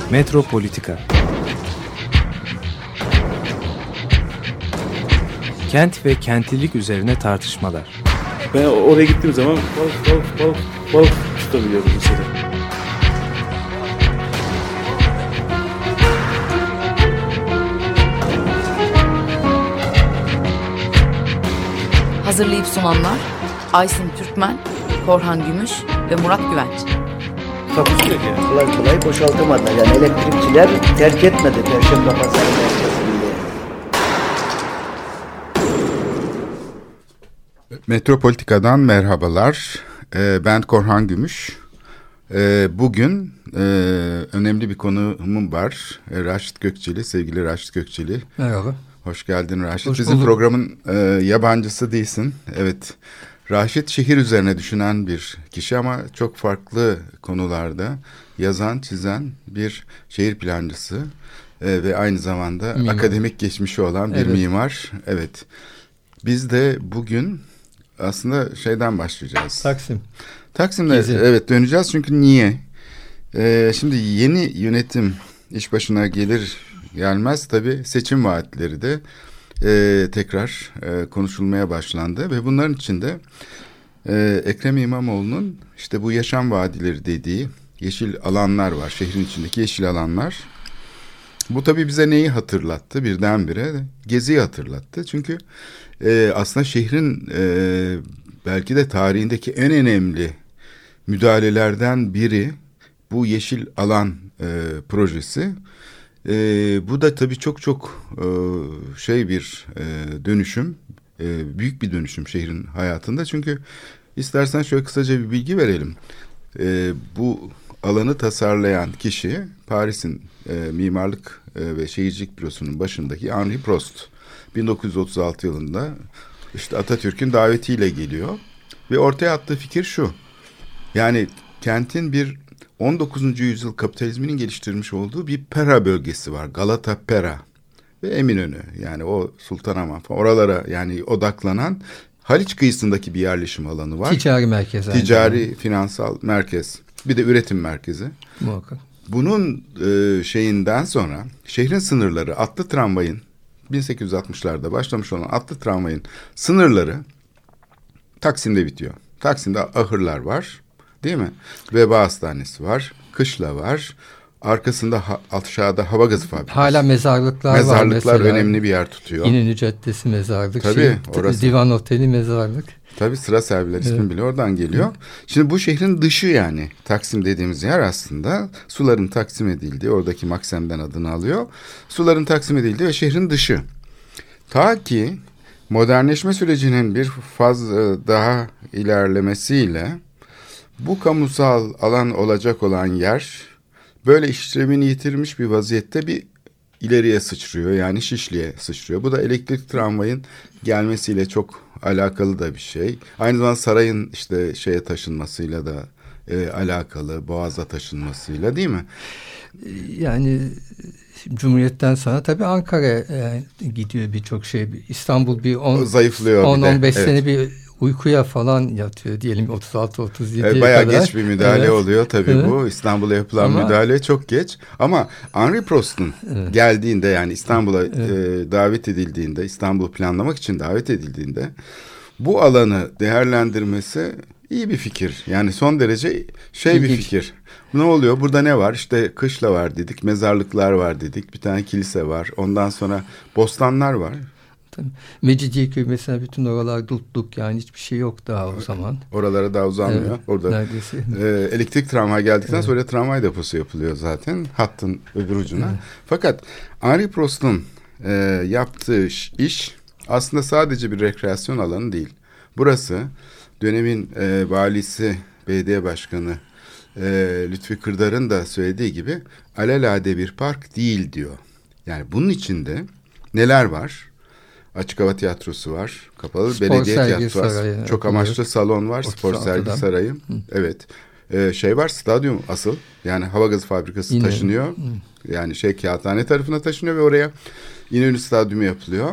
Metropolitika. Kent ve kentlilik üzerine tartışmalar. Ben oraya gittiğim zaman balık tutabiliyordum mesela. Hazırlayıp sunanlar Aysin Türkmen, Korhan Gümüş ve Murat Güvenç. Takusuyor ki. Kolay kolay boşaltamadılar. Yani elektrikçiler terk etmedi Perşembe Pazarı merkezini. Metropolitika'dan merhabalar. Ben Korhan Gümüş. Bugün önemli bir konuğum var. Raşit Gökçeli, sevgili Raşit Gökçeli. Merhaba. Hoş geldin Raşit. Hoş Bizim bulduk. programın yabancısı değilsin. Evet. Raşit şehir üzerine düşünen bir kişi ama çok farklı konularda yazan, çizen bir şehir plancısı ve aynı zamanda Mimar. Akademik geçmişi olan bir Evet. mimar. Evet. Biz de bugün aslında şeyden başlayacağız. Taksim'de Gezi. evet döneceğiz çünkü niye? Şimdi yeni yönetim iş başına gelir gelmez tabii seçim vaatleri de tekrar konuşulmaya başlandı ve bunların içinde Ekrem İmamoğlu'nun işte bu yaşam vadileri dediği yeşil alanlar var, şehrin içindeki yeşil alanlar. Bu tabii bize neyi hatırlattı birdenbire? Gezi'yi hatırlattı. Çünkü aslında şehrin belki de tarihindeki en önemli müdahalelerden biri bu yeşil alan projesi. Bu da tabii çok bir dönüşüm, büyük bir dönüşüm şehrin hayatında. Çünkü istersen şöyle kısaca bir bilgi verelim. Bu alanı tasarlayan kişi Paris'in mimarlık ve şehircilik bürosunun başındaki Henri Prost. 1936 yılında işte Atatürk'ün davetiyle geliyor ve ortaya attığı fikir şu. Yani kentin bir 19. yüzyıl kapitalizminin geliştirmiş olduğu bir pera bölgesi var. Galata Pera ve Eminönü, yani o Sultanahmet falan oralara yani odaklanan Haliç kıyısındaki bir yerleşim alanı var. Ticari merkez. Ticari, finansal merkez. Bir de üretim merkezi. Muhakkak. Bunun şeyinden sonra şehrin sınırları, atlı tramvayın 1860'larda başlamış olan atlı tramvayın sınırları Taksim'de bitiyor. Taksim'de ahırlar var, değil mi? Veba hastanesi var, kışla var. Arkasında aşağıda hava gazı fabrikası. Hala mezarlıklar var mesela. Mezarlıklar önemli bir yer tutuyor. İnönü Caddesi mezarlık. Tabii, orası. Divan Oteli mezarlık. Tabii Sıra Serviler ismi bile oradan geliyor. Şimdi bu şehrin dışı, yani Taksim dediğimiz yer aslında suların taksim edildiği, oradaki Maksim'den adını alıyor. Suların taksim edildiği ve şehrin dışı. Ta ki modernleşme sürecinin bir faz daha ilerlemesiyle bu kamusal alan olacak olan yer böyle işlevini yitirmiş bir vaziyette bir ileriye sıçrıyor, yani Şişli'ye sıçrıyor. Bu da elektrik tramvayın gelmesiyle çok alakalı da bir şey. Aynı zamanda sarayın işte şeye taşınmasıyla da alakalı, Boğaz'a taşınmasıyla, değil mi? Yani Cumhuriyet'ten sonra tabii Ankara gidiyor birçok şey. İstanbul bir zayıflıyor 10-15 sene evet. Bir uykuya falan yatıyor diyelim 36-37'ye bayağı kadar. geç bir müdahale oluyor tabii Evet. bu. İstanbul'a yapılan müdahale çok geç. Ama Henri Prost'un geldiğinde, yani İstanbul'a davet edildiğinde, İstanbul'u planlamak için davet edildiğinde bu alanı değerlendirmesi iyi bir fikir. Yani son derece bir fikir. Ne oluyor? Burada ne var? İşte kışla var dedik, mezarlıklar var dedik, bir tane kilise var. Ondan sonra bostanlar var. Mecidiyeköy mesela, bütün oralar dutluk, yani hiçbir şey yok daha o zaman. Oralara daha uzanmıyor. Evet, orada neredeyse. Elektrik tramvay geldikten sonra tramvay deposu yapılıyor zaten hattın öbür ucuna. Evet. Fakat Henri Prost'un yaptığı iş aslında sadece bir rekreasyon alanı değil. Burası dönemin valisi, belediye başkanı Lütfi Kırdar'ın da söylediği gibi alelade bir park değil diyor. Yani bunun içinde neler var? Açık hava tiyatrosu var, kapalı spor belediye tiyatrosu var, sarayı, çok amaçlı salon var, spor sergi sarayı. Evet. Var, stadyum asıl, yani hava gazı fabrikası taşınıyor. Yani Kağıthane tarafına taşınıyor ve oraya İnönü Stadyumu yapılıyor.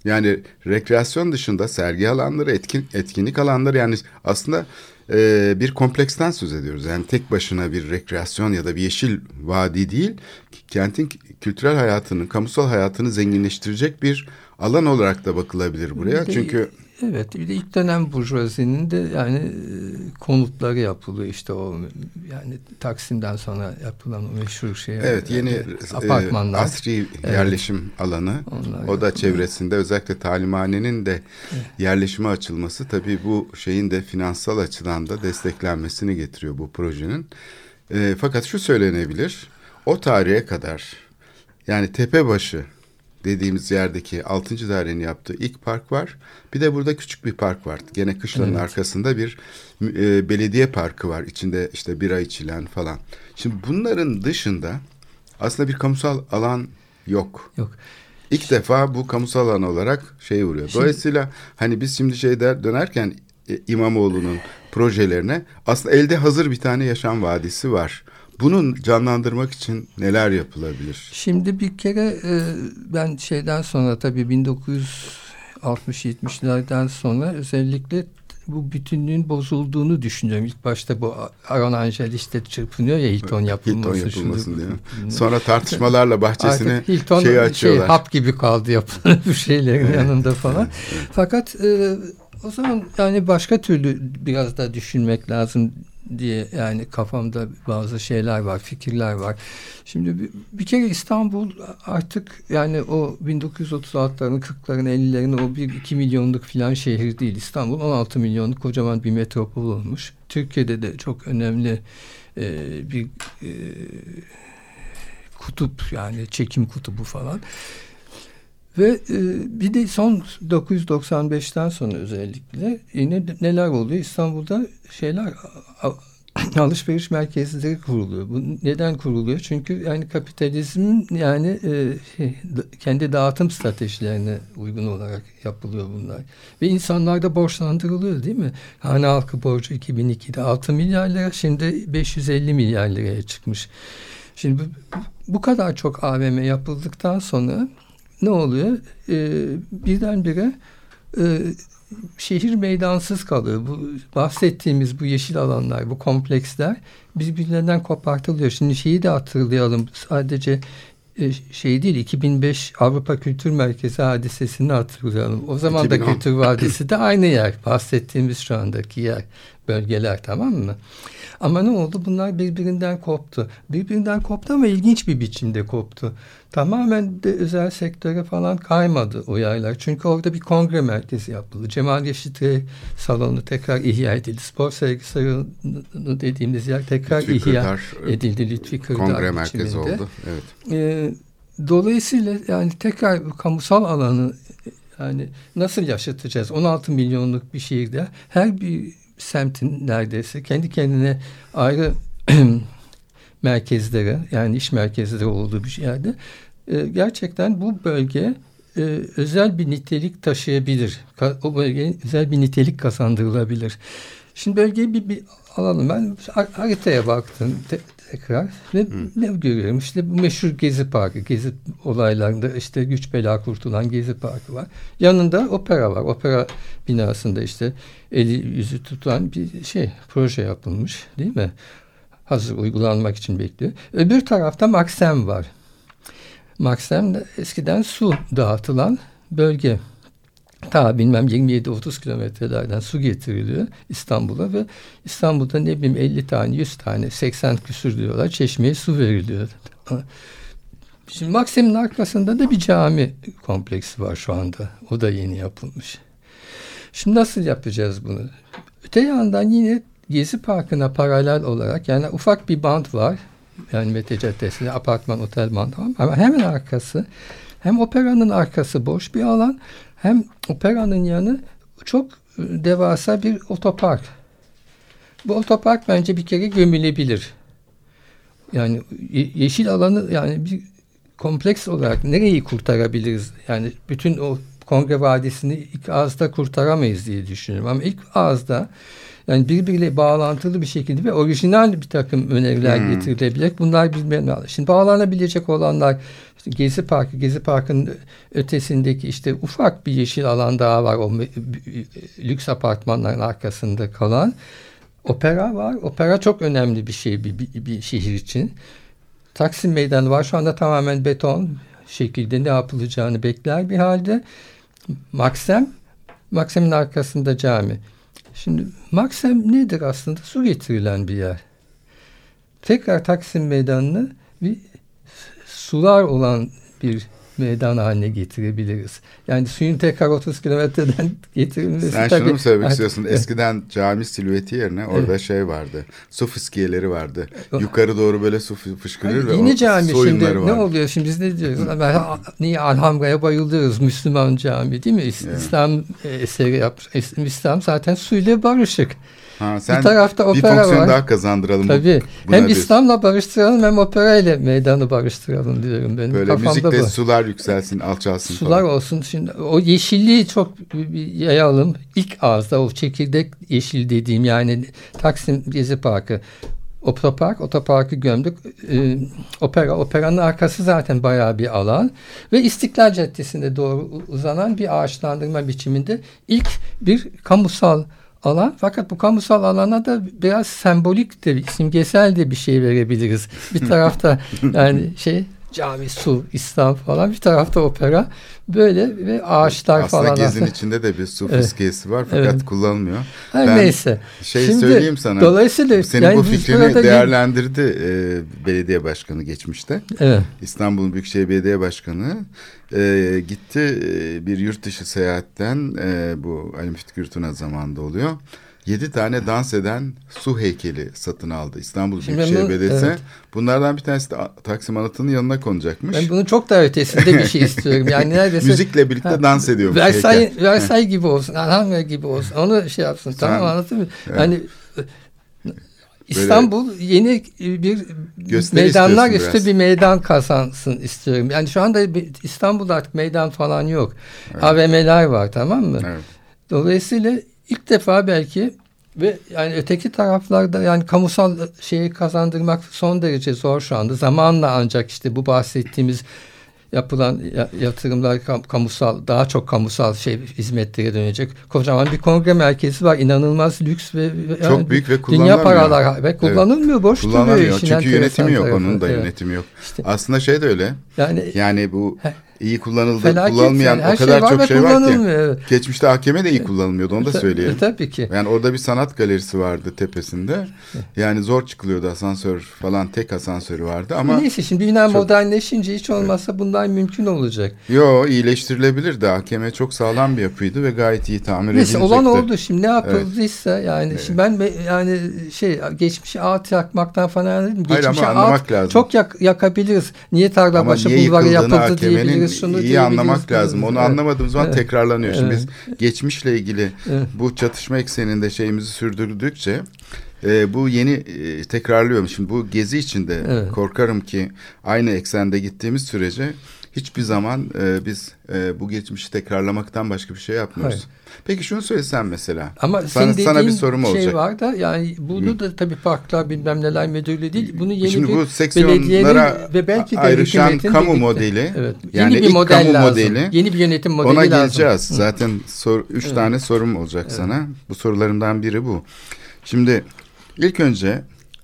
Yani rekreasyon dışında sergi alanları, etkinlik alanları, yani aslında bir kompleksten söz ediyoruz. Yani tek başına bir rekreasyon ya da bir yeşil vadi değil, kentin kültürel hayatını, kamusal hayatını zenginleştirecek bir alan olarak da bakılabilir buraya. Çünkü evet, bir de ilk dönem burjuvazinin de yani konutları yapılıyor, işte o yani Taksim'den sonra yapılan o meşhur şey. Evet, yeni apartmanlar, asri yerleşim alanı. O da çevresinde özellikle talimhanenin de yerleşime açılması tabii bu şeyin de finansal açıdan da desteklenmesini getiriyor bu projenin. Fakat şu söylenebilir, o tarihe kadar yani Tepebaşı dediğimiz yerdeki 6. dairenin yaptığı ilk park var. Bir de burada küçük bir park var. Gene kışlanın arkasında bir belediye parkı var. İçinde işte bira içilen falan. Şimdi bunların dışında aslında bir kamusal alan yok. İlk defa bu kamusal alan olarak vuruyor. Dolayısıyla hani biz şimdi dönerken İmamoğlu'nun projelerine aslında elde hazır bir tane yaşam vadisi var. Bunun canlandırmak için neler yapılabilir? Şimdi bir kere ben şeyden sonra tabii 1960-70'lerden sonra özellikle bu bütünlüğün bozulduğunu düşünüyorum. İlk başta bu Aron Angel işte çırpınıyor ya Hilton yapılmasın diye. Sonra tartışmalarla bahçesine Hilton açıyorlar. Hap gibi kaldı yapılan bu şeylerin yanında falan. Fakat o zaman yani başka türlü biraz da düşünmek lazım diye yani kafamda bazı şeyler var, fikirler var. Şimdi bir kere İstanbul artık yani o 1936'ların, 40'ların, 50'lerin o 1-2 milyonluk filan şehir değil. İstanbul 16 milyonluk kocaman bir metropol olmuş. Türkiye'de de çok önemli bir kutup, yani çekim kutubu falan. Ve bir de son 1995'ten sonra özellikle yine neler oluyor? İstanbul'da alışveriş merkezleri kuruluyor. Bu neden kuruluyor? Çünkü yani kapitalizmin yani kendi dağıtım stratejilerine uygun olarak yapılıyor bunlar. Ve insanlar da borçlandırılıyor, değil mi? Hane halkı borcu 2002'de 6 milyar lira, şimdi 550 milyar liraya çıkmış. Şimdi bu kadar çok AVM yapıldıktan sonra ne oluyor? Birdenbire şehir meydansız kalıyor. Bu bahsettiğimiz bu yeşil alanlar, bu kompleksler birbirlerinden kopartılıyor. Şimdi şeyi de hatırlayalım. Sadece değil, 2005 Avrupa Kültür Merkezi hadisesini hatırlayalım. O zaman 2010. Da Kültür Vadisi de aynı yer. Bahsettiğimiz şu andaki yer, bölgeler, tamam mı? Ama ne oldu? Bunlar birbirinden koptu. Birbirinden koptu ama ilginç bir biçimde koptu. Tamamen de özel sektöre falan kaymadı o yerler. Çünkü orada bir kongre merkezi yapıldı. Cemal Reşit salonu tekrar ihya edildi. Spor sergi salonu dediğimiz yer tekrar ihya edildi. Lütfi Kırdar kongre merkezi oldu. Evet. Dolayısıyla yani tekrar kamusal alanı yani nasıl yaşatacağız? 16 milyonluk bir şehirde her bir semtin neredeyse kendi kendine ayrı merkezleri, yani iş merkezleri olduğu bir yerde gerçekten bu bölge özel bir nitelik taşıyabilir. O bölgeye özel bir nitelik kazandırılabilir. Şimdi bölgeyi bir alalım. Ben haritaya baktım tekrar ve ne görüyorum? İşte bu meşhur Gezi Parkı. Gezi olaylarında işte güç bela kurtulan Gezi Parkı var. Yanında opera var. Opera binasında işte eli yüzü tutulan bir proje yapılmış, değil mi? Hazır uygulanmak için bekliyor. Öbür tarafta Maksim var. Maksim de eskiden su dağıtılan bölge. Ta bilmem 27-30 kilometrelerden su getiriliyor İstanbul'a ve İstanbul'da ne bileyim 50 tane, 100 tane, 80 küsür diyorlar çeşmeye su veriliyor. Şimdi Maksim'in arkasında da bir cami kompleksi var şu anda. O da yeni yapılmış. Şimdi nasıl yapacağız bunu? Öte yandan yine Gezi Parkı'na paralel olarak yani ufak bir band var. Yani Mete Caddesi'nde apartman, otel bandı var. Ama hemen arkası, hem operanın arkası boş bir alan, hem operanın yanı çok devasa bir otopark. Bu otopark bence bir kere gömülebilir. Yani yeşil alanı yani bir kompleks olarak nereyi kurtarabiliriz? Yani bütün o Kongre Vadisi'ni ilk ağızda kurtaramayız diye düşünüyorum. Ama ilk ağızda yani birbiriyle bağlantılı bir şekilde ve orijinal bir takım öneriler getirilebilir. Bunlar birbirine bağlı. Şimdi bağlanabilecek olanlar işte Gezi Parkı'nın ötesindeki işte ufak bir yeşil alan daha var. O lüks apartmanların arkasında kalan. Opera var. Opera çok önemli bir şey bir şehir için. Taksim Meydanı var. Şu anda tamamen beton şekilde ne yapılacağını bekler bir halde. Maksim'in arkasında cami. Şimdi Maksem nedir aslında? Su getirilen bir yer. Tekrar Taksim Meydanı'nı bir sular olan bir meydan haline getirebiliriz. Yani suyun tekrar 30 kilometreden getirilmesi. Sen tabii, şunu mu söylemek istiyorsun? Eskiden cami silüeti yerine orada şey vardı. Su fıskiyeleri vardı. Yukarı doğru böyle su fışkırır ve yeni cami şimdi vardı. ne oluyor şimdi biz ne diyoruz? Niye Alhambre'ye bayılıyoruz, Müslüman cami değil mi? İslam eseri yapmış. İslam zaten suyla barışık. Sen bir tarafta opera bir fonksiyon var. daha kazandıralım. Tabii. Hem İslam'la barıştıralım hem opera ile meydanı barıştıralım diyorum benim böyle kafamda müzikle bu. sular yükselsin, alçalsın sular falan. olsun. Şimdi o yeşilliği çok yayalım. İlk ağızda o çekirdek yeşil dediğim yani Taksim Gezi Parkı. Otoparkı gömdük. Operanın arkası zaten bayağı bir alan. Ve İstiklal Caddesi'ne doğru uzanan bir ağaçlandırma biçiminde ilk bir kamusal alan. Fakat bu kamusal alana da biraz sembolik de, simgesel de bir şey verebiliriz. Bir tarafta yani cami, su, İslam falan, bir tarafta opera. Böyle ve ağaçlar aslında falan. Aslında Gezi'nin içinde de bir su fıskiyesi var fakat kullanılmıyor. Neyse. Şimdi, söyleyeyim sana. Dolayısıyla senin yani bu fikrini değerlendirdi belediye başkanı geçmişte. Evet. İstanbul Büyükşehir Belediye Başkanı gitti bir yurt dışı seyahatten bu Ali Müftü Gürtuna zamanında oluyor. 7 tane dans eden su heykeli satın aldı İstanbul Büyükşehir Belediyesi. Evet. Bunlardan bir tanesi de Taksim Anıtı'nın yanına konacakmış. Ben bunun çok da ötesinde bir şey istiyorum. Yani neredeyse müzikle birlikte dans ediyormuş. Versailles gibi olsun, Alhambra gibi olsun. Onu yapsın. Tamam, anladın mı? Evet. Yani İstanbul yeni bir meydanlar üstü bir meydan kazansın istiyorum. Yani şu anda İstanbul'da artık meydan falan yok. Evet. AVM'ler var, tamam mı? Evet. Dolayısıyla İlk defa belki ve yani öteki taraflarda yani kamusal şeyi kazandırmak son derece zor şu anda. Zamanla ancak işte bu bahsettiğimiz yapılan yatırımlar daha çok kamusal hizmetlere dönecek. Kocaman bir kongre merkezi var. İnanılmaz lüks ve çok büyük ve kullanılamıyor. Dünya paralar ve kullanılmıyor. Boş duruyor. Çünkü yönetimi yok. Onun da yönetimi yok. İşte, aslında de öyle. Yani bu iyi kullanılmayan o kadar çok şey var ki. Evet. Geçmişte AKM de iyi kullanılmıyordu, onu da söyleyelim. Tabii ki. Yani orada bir sanat galerisi vardı tepesinde. Yani zor çıkılıyordu, asansör falan, tek asansörü vardı ama. Neyse şimdi bina modernleşince hiç olmazsa bunlar mümkün olacak. İyileştirilebilir de AKM çok sağlam bir yapıydı ve gayet iyi tamir edilecekti. Neyse olan oldu şimdi ne yapıldıysa yani şimdi ben yani geçmişe ağıt yakmaktan falan dedim. Geçmişe ağıt lazım. Çok yakabiliriz. Niye Tarlabaşı bulvarı yapıldı diyebiliriz. İyi anlamak lazım. Onu anlamadığımız zaman tekrarlanıyor. Şimdi biz geçmişle ilgili bu çatışma ekseninde şeyimizi sürdürdükçe bu yeni tekrarlıyor. Şimdi bu gezi içinde korkarım ki aynı eksende gittiğimiz sürece hiçbir zaman biz bu geçmişi tekrarlamaktan başka bir şey yapmıyoruz. Hayır. Peki şunu söylesem mesela. Ama sana bir sorum olacak. Var da yani bunu da tabii parklar bilmem neler müdürlüğü değil. Bunu yeni şimdi bir bu seksiyonlara ve belki de ayrışan kamu modeli. Evet. Yani yeni bir model kamu lazım. Modeli. Yeni bir yönetim modeli lazım. lazım. Ona geleceğiz. Zaten 3 tane sorum olacak sana. Bu sorularımdan biri bu. Şimdi ilk önce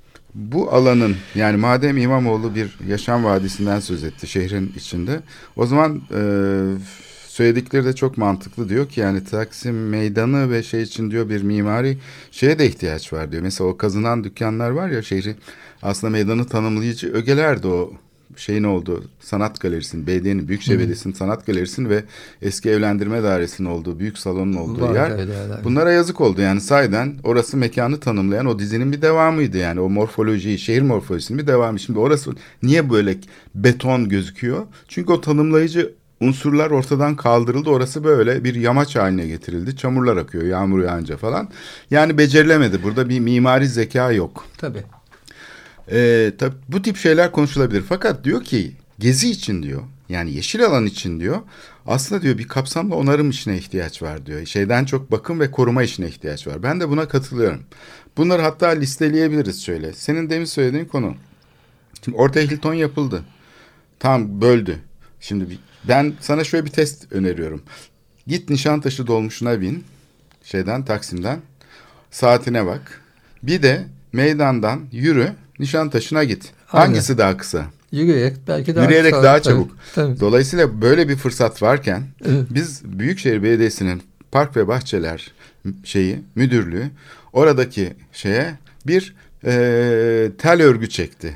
bu alanın yani madem İmamoğlu bir yaşam vadisinden söz etti şehrin içinde. O zaman söyledikleri de çok mantıklı, diyor ki yani Taksim Meydanı ve için diyor bir mimari şeye de ihtiyaç var diyor. Mesela o kazınan dükkanlar var ya, şehri aslında meydanı tanımlayıcı ögelerdi o oldu, sanat galerisinin, belediyenin, Büyükşehir Belediyesi'nin sanat galerisinin ve eski evlendirme dairesinin olduğu, büyük salonun olduğu yer. Bunlara yazık oldu yani, sahiden orası mekanı tanımlayan o dizinin bir devamıydı yani, o morfolojiyi, şehir morfolojisinin bir devamı. Şimdi orası niye böyle beton gözüküyor? Çünkü o tanımlayıcı unsurlar ortadan kaldırıldı. Orası böyle bir yamaç haline getirildi. Çamurlar akıyor yağmur yağınca falan. Yani becerilemedi. Burada bir mimari zeka yok. Tabii. Tabii bu tip şeyler konuşulabilir. Fakat diyor ki gezi için diyor. yani yeşil alan için diyor aslında diyor bir kapsamlı onarım işine ihtiyaç var diyor. Şeyden çok bakım ve koruma işine ihtiyaç var. Ben de buna katılıyorum. Bunları hatta listeleyebiliriz şöyle. Senin demin söylediğin konu. Şimdi ortaya Hilton yapıldı. Tam böldü. Şimdi ben sana şöyle bir test öneriyorum. Git Nişantaşı dolmuşuna bin. Taksim'den. Saatine bak. Bir de meydandan yürü Nişantaşı'na git. Aynen. Hangisi daha kısa? Yürüyerek belki daha Yürüyerek kısa, daha çabuk. Tabii. Dolayısıyla böyle bir fırsat varken Evet. biz Büyükşehir Belediyesi'nin Park ve Bahçeler müdürlüğü oradaki bir tel örgü çekti.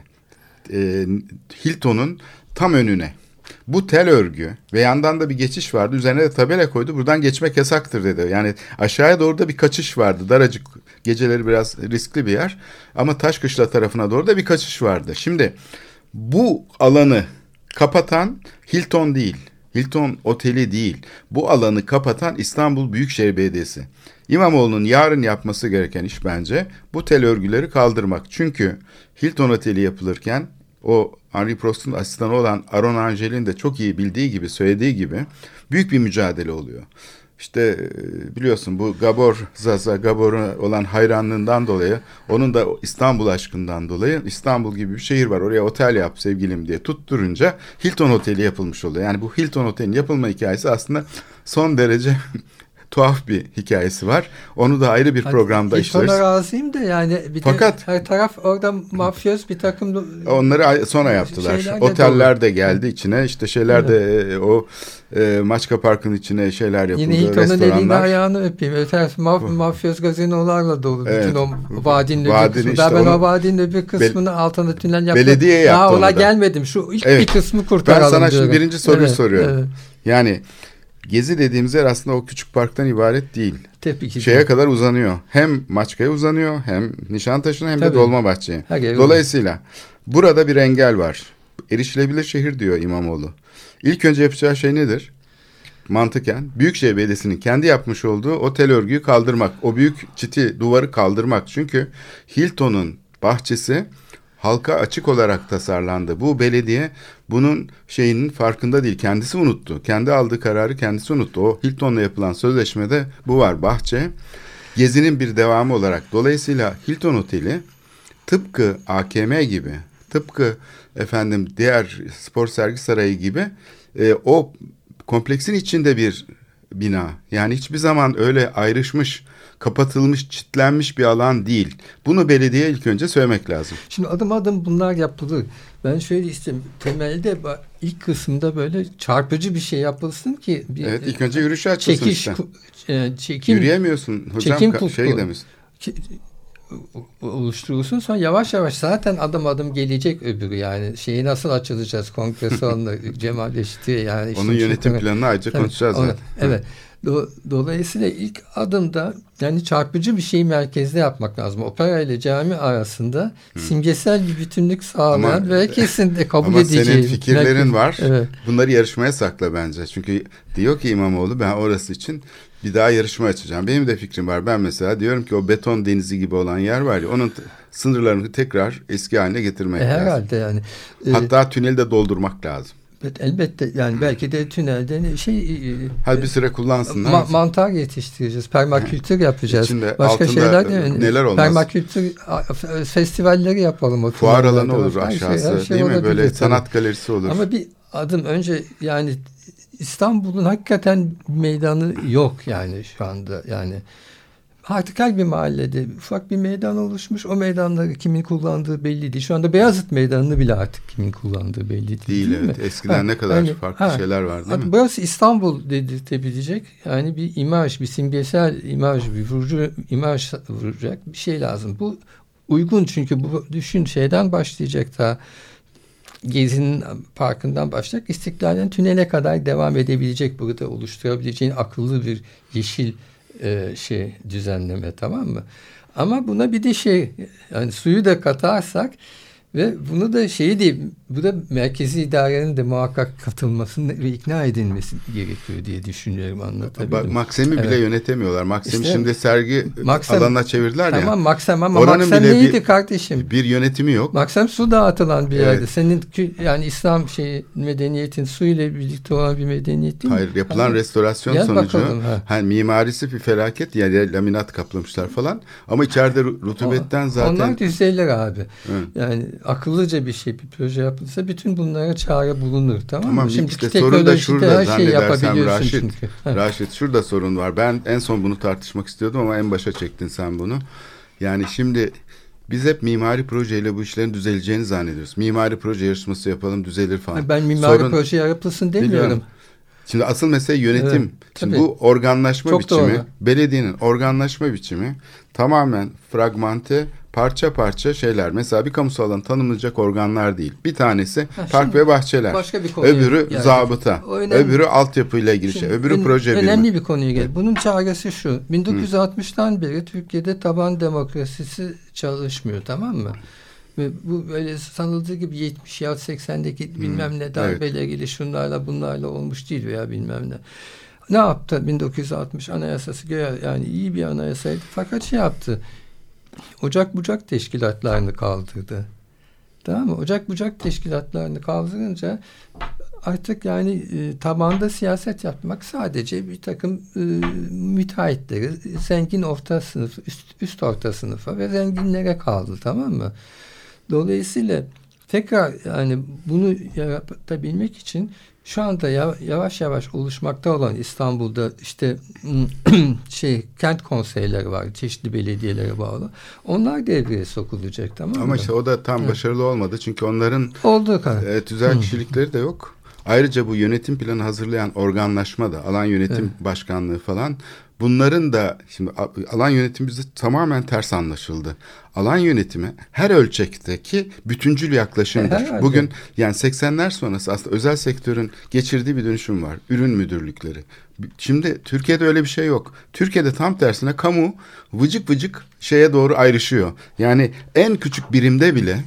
Hilton'un tam önüne. Bu tel örgü ve yandan da bir geçiş vardı. Üzerine de tabela koydu. Buradan geçmek yasaktır dedi. Yani aşağıya doğru da bir kaçış vardı. Daracık, geceleri biraz riskli bir yer. Ama Taşkışla tarafına doğru da bir kaçış vardı. Şimdi bu alanı kapatan Hilton değil. Hilton Oteli değil. Bu alanı kapatan İstanbul Büyükşehir Belediyesi. İmamoğlu'nun yarın yapması gereken iş bence bu tel örgüleri kaldırmak. Çünkü Hilton Oteli yapılırken o Henri Prost'un asistanı olan Aron Angel'in de çok iyi bildiği gibi, söylediği gibi büyük bir mücadele oluyor. İşte biliyorsun bu Gabor'a olan hayranlığından dolayı, onun da İstanbul aşkından dolayı İstanbul gibi bir şehir var, oraya otel yap sevgilim diye tutturunca Hilton Oteli yapılmış oluyor. Yani bu Hilton Oteli'nin yapılma hikayesi aslında son derece tuhaf bir hikayesi var. Onu da ayrı bir programda işleriz. Hilton'a razıyım da yani bir Fakat, de her taraf orada mafyöz bir takım onları sonra yaptılar. Oteller de geldi içine. İşte de o Maçka Park'ın içine şeyler yapıldı. Yine Hilton'un elini ayağını öpeyim. Öter mafyöz gazinolarla dolu. Evet. Bütün o vadinin öbür kısmı. İşte ben o vadinin öbür kısmını altında tünel yaptım. Belediye yaptı. Daha ona gelmedim. Şu ilk bir kısmı kurtaralım. Ben sana diyorum. şimdi birinci soruyu soruyorum. Evet. Yani Gezi dediğimiz yer aslında o küçük parktan ibaret değil. Tabii ki. Şeye kadar uzanıyor. Hem Maçka'ya uzanıyor, hem Nişantaşı'na, hem de Dolmabahçe'ye. Dolayısıyla burada bir engel var. Erişilebilir şehir diyor İmamoğlu. İlk önce yapacağı şey nedir? Mantıken Büyükşehir Belediyesi'nin kendi yapmış olduğu otel örgüyü kaldırmak. O büyük çiti duvarı kaldırmak. Çünkü Hilton'un bahçesi halka açık olarak tasarlandı. Bu belediye bunun farkında değil. Kendisi unuttu. Kendi aldığı kararı kendisi unuttu. O Hilton'la yapılan sözleşmede bu var. Bahçe Gezi'nin bir devamı olarak. Dolayısıyla Hilton Oteli tıpkı AKM gibi, tıpkı diğer spor sergi sarayı gibi o kompleksin içinde bir bina. Yani hiçbir zaman öyle ayrışmış, kapatılmış, çitlenmiş bir alan değil. Bunu belediyeye ilk önce söylemek lazım. Şimdi adım adım bunlar yapılır. Ben şöyle istiyorum. Temelde ilk kısımda böyle çarpıcı bir şey yapılsın ki. Evet, ilk önce yürüyüşe açılsın çekim. Yürüyemiyorsun hocam. Gidemezsin. Oluşturulsun, sonra yavaş yavaş zaten adım adım gelecek öbürü, yani nasıl açılacağız, kongre salonu Cemalleşti yani. Onun yönetim planını ayrıca konuşacağız. Evet. Dolayısıyla ilk adımda yani çarpıcı bir şeyi merkezde yapmak lazım. Opera ile cami arasında simgesel bir bütünlük sağlayan ve kesin de kabul edeceği. Ama senin fikirlerin var. Evet. Bunları yarışmaya sakla bence. Çünkü diyor ki İmamoğlu, ben orası için bir daha yarışma açacağım. Benim de fikrim var. Ben mesela diyorum ki o beton denizi gibi olan yer var ya, onun sınırlarını tekrar eski haline getirmek lazım. Herhalde yani. Hatta tüneli de doldurmak lazım. Elbette yani belki de tünelden hadi bir süre kullansınlar. Mantar yetiştireceğiz. Permakültür yapacağız. İçinde başka şeyler de neler olmaz. Permakültür festivalleri yapalım. O fuar alanı olur aşağısı, değil mi? Böyle sanat galerisi olur. Ama bir adım önce yani İstanbul'un hakikaten meydanı yok yani şu anda. Yani artık her bir mahallede ufak bir meydan oluşmuş. O meydanları kimin kullandığı belli değil. Şu anda Beyazıt Meydanı'nı bile artık kimin kullandığı belli değil evet. mi? Eskiden ne kadar farklı şeyler var değil mi? Burası İstanbul dedirtebilecek. Yani bir imaj, bir simgesel imaj, bir vurucu imaj vuracak bir şey lazım. Bu uygun, çünkü bu şeyden başlayacak daha. Gezi'nin parkından başlayacak, İstiklal'den tünele kadar devam edebilecek, burada oluşturabileceğin akıllı bir yeşil düzenleme, tamam mı? Ama buna bir de yani suyu da katarsak Ve bunu da bu da merkezi idarenin de muhakkak katılmasını ve ikna edilmesi gerekiyor diye düşünüyorum, anlatabildim. Maksim'i bile yönetemiyorlar. Maksim'i işte, şimdi sergi alanına çevirdiler ya. Tamam Maksim ama Maksim neydi kardeşim? Bir yönetimi yok. Maksim su dağıtılan bir yerde. Senin yani İslam medeniyetin su ile birlikte olan bir medeniyet değil mi? Hayır, yapılan restorasyon sonucu mimarisi bir felaket, yani laminat kaplamışlar falan ama içeride rutubetten zaten. Onlar düzeyler abi. Yani akıllıca bir proje yapılırsa bütün bunlara çare bulunur, tamam mı? Şimdi işte sorun da şurada, her şeyi yapabiliyorsun Raşit, şurada sorun var. Ben en son bunu tartışmak istiyordum ama en başa çektin sen bunu. Yani şimdi biz hep mimari projeyle bu işlerin düzeleceğini zannediyoruz. Mimari proje yarışması yapalım, düzelir falan. Ben mimari proje yapılsın demiyorum. Biliyorum. Şimdi asıl mesele yönetim. Evet, şimdi bu organlaşma biçimi, belediyenin organlaşma biçimi tamamen fragmente, parça parça şeyler. Mesela bir kamusal alan tanımlanacak organlar değil. Bir tanesi park ve bahçeler. Öbürü zabıta. Öbürü altyapıyla ilgili şey. Öbürü proje birimi. Önemli bir konuya gel. Bunun çaresi şu. 1960'tan beri Türkiye'de taban demokrasisi çalışmıyor, tamam mı? Ve bu böyle sanıldığı gibi 70 ya 80'deki bilmem ne darbeyle ilgili şunlarla bunlarla olmuş değil veya bilmem ne. Ne yaptı 1960 anayasası? Yani iyi bir anayasaydı fakat şey yaptı. Ocak bucak teşkilatlarını kaldırdı. Tamam mı? Ocak bucak teşkilatlarını kaldırınca artık yani tabanda siyaset yapmak sadece bir takım müteahhitleri, zengin orta sınıf, üst orta sınıfa ve zenginlere kaldı, tamam mı? Dolayısıyla tekrar yani bunu yaratabilmek için şu anda yavaş yavaş oluşmakta olan İstanbul'da işte kent konseyleri var, çeşitli belediyelere bağlı. Onlar devreye sokulacak, tamam mı? Ama işte o da tam başarılı olmadı. Çünkü onların tüzel kişilikleri de yok. Ayrıca bu yönetim planı hazırlayan organlaşma da, alan yönetim başkanlığı falan, bunların da şimdi alan yönetimi bizde tamamen ters anlaşıldı. Alan yönetimi her ölçekteki bütüncül yaklaşımdır. Bugün yani 80'ler sonrası aslında özel sektörün geçirdiği bir dönüşüm var. Ürün müdürlükleri. Şimdi Türkiye'de öyle bir şey yok. Türkiye'de tam tersine kamu vıcık vıcık şeye doğru ayrışıyor. Yani en küçük birimde bile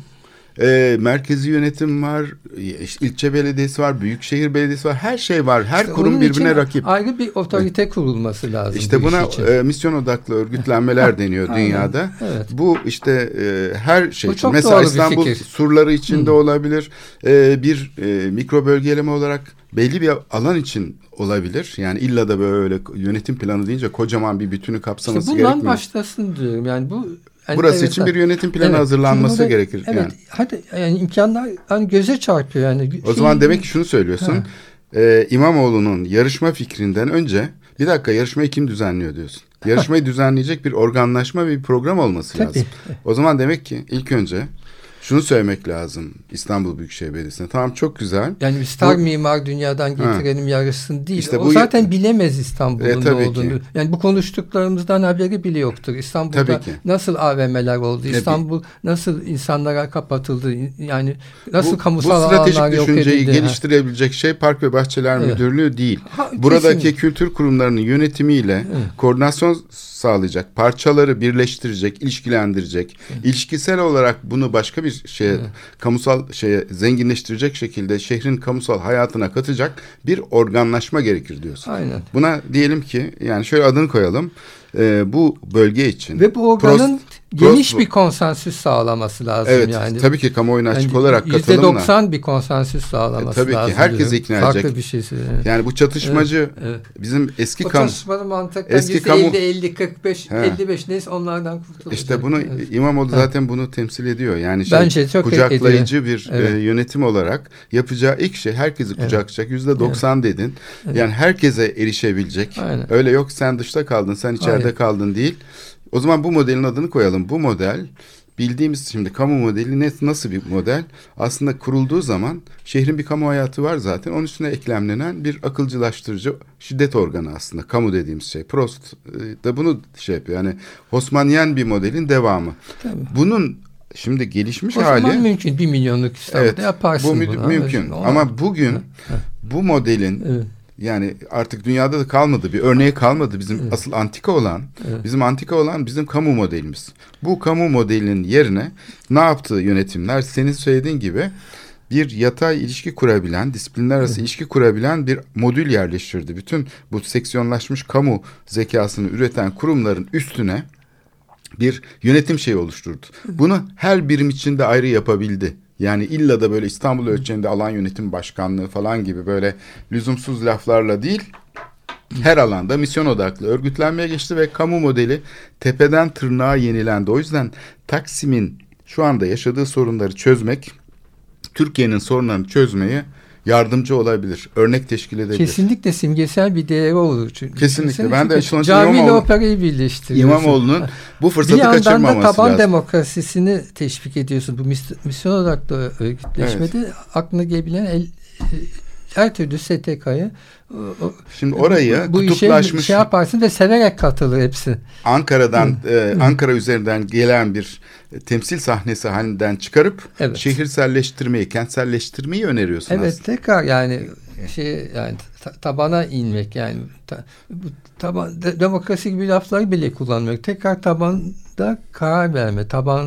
merkezi yönetim var, ilçe belediyesi var, büyükşehir belediyesi var, her şey var. Her işte kurum birbirine rakip. Ayrı bir otorite kurulması lazım. İşte buna misyon odaklı örgütlenmeler deniyor dünyada. Evet. Bu işte her şey için. Mesela İstanbul surları içinde olabilir. Bir mikro bölgeleme olarak belli bir alan için olabilir. Yani illa da böyle yönetim planı deyince kocaman bir bütünü kapsaması gerekmiyor. Bundan başlasın diyorum. Yani bu burası için bir yönetim planı hazırlanması gerekir. Evet. Yani. Hadi yani imkanlar hani göze çarpıyor yani. O zaman demek ki şunu söylüyorsun. İmamoğlu'nun yarışma fikrinden önce bir dakika yarışmayı kim düzenliyor diyorsun. Yarışmayı düzenleyecek bir organlaşma ve bir program olması lazım. O zaman demek ki ilk önce şunu söylemek lazım İstanbul Büyükşehir Belediyesi'ne. Tamam, çok güzel. Yani star mimar dünyadan getirelim yarışsın değil. İşte o zaten bilemez İstanbul'un ne olduğunu. Ki. Yani bu konuştuklarımızdan haberi bile yoktur. İstanbul'da nasıl AVM'ler oldu? İstanbul nasıl insanlara kapatıldı? Yani nasıl kamusal alanlar yok edildi? Bu stratejik düşünceyi geliştirebilecek şey Park ve Bahçeler Müdürlüğü değil. Buradaki kesinlikle kültür kurumlarının yönetimiyle koordinasyon sağlayacak, parçaları birleştirecek, ilişkilendirecek, ilişkisel olarak bunu başka bir kamusal zenginleştirecek şekilde şehrin kamusal hayatına katacak bir organlaşma gerekir diyorsun. Aynen. Buna diyelim ki yani şöyle adını koyalım. Bu bölge için. Ve bu organın geniş bir konsensüs sağlaması lazım. Evet, yani. Tabii ki kamuoyuna açık olarak katılımla. %90 bir konsensüs sağlaması lazım. Tabii ki herkesi ikna edecek. Farklı bir şey. Yani bu çatışmacı bizim eski kamu. Çatışmalı mantıktan %50, 45, 55 neyse onlardan kurtulacak. İşte bunu İmamoğlu zaten bunu temsil ediyor. Yani kucaklayıcı bir yönetim olarak yapacağı ilk şey herkesi kucaklayacak. %90 dedin. Yani herkese erişebilecek. Aynen. Öyle yok sen dışta kaldın, sen içeride kaldın değil. O zaman bu modelin adını koyalım. Bu model bildiğimiz şimdi kamu modeli nasıl bir model? Aslında kurulduğu zaman şehrin bir kamu hayatı var zaten. Onun üstüne eklemlenen bir akılcılaştırıcı şiddet organı aslında. Kamu dediğimiz şey. Prost da bunu yapıyor. Yani Haussmannian bir modelin devamı. Tabii. Bunun şimdi gelişmiş hali. O zaman mümkün. 1 milyonluk İstanbul'da yaparsın bu mümkün. Ama bugün bu modelin Yani artık dünyada da kalmadı, bir örneği kalmadı. Bizim asıl antika olan, bizim kamu modelimiz. Bu kamu modelinin yerine ne yaptı yönetimler? Senin söylediğin gibi bir yatay ilişki kurabilen, disiplinler arası ilişki kurabilen bir modül yerleştirdi. Bütün bu seksiyonlaşmış kamu zekasını üreten kurumların üstüne bir yönetim şeyi oluşturdu. Bunu her birim içinde ayrı yapabildi. Yani illa da böyle İstanbul ölçeğinde alan yönetim başkanlığı falan gibi böyle lüzumsuz laflarla değil, her alanda misyon odaklı örgütlenmeye geçti ve kamu modeli tepeden tırnağa yenilendi. O yüzden Taksim'in şu anda yaşadığı sorunları çözmek, Türkiye'nin sorunlarını çözmeye yardımcı olabilir. Örnek teşkil edebilir. Kesinlikle simgesel bir değeri olur. Kesinlikle. Ben de sonuçta camiyle operayı birleştiriyorsun. İmamoğlu'nun bu fırsatı kaçırmaması lazım. Bir yandan da taban demokrasisini teşvik ediyorsun. Bu misyon odaklı örgütleşmede aklına gelebilen her türlü STK'ya şimdi orayı bu kutuplaşmış işe yaparsın ve severek katılır hepsi. Ankara'dan Ankara üzerinden gelen bir temsil sahnesi halinden çıkarıp şehirselleştirmeyi, kentselleştirmeyi öneriyorsun evet, aslında. Tekrar yani tabana inmek yani demokrasi gibi lafları bile kullanmak. Tekrar tabanda karar verme,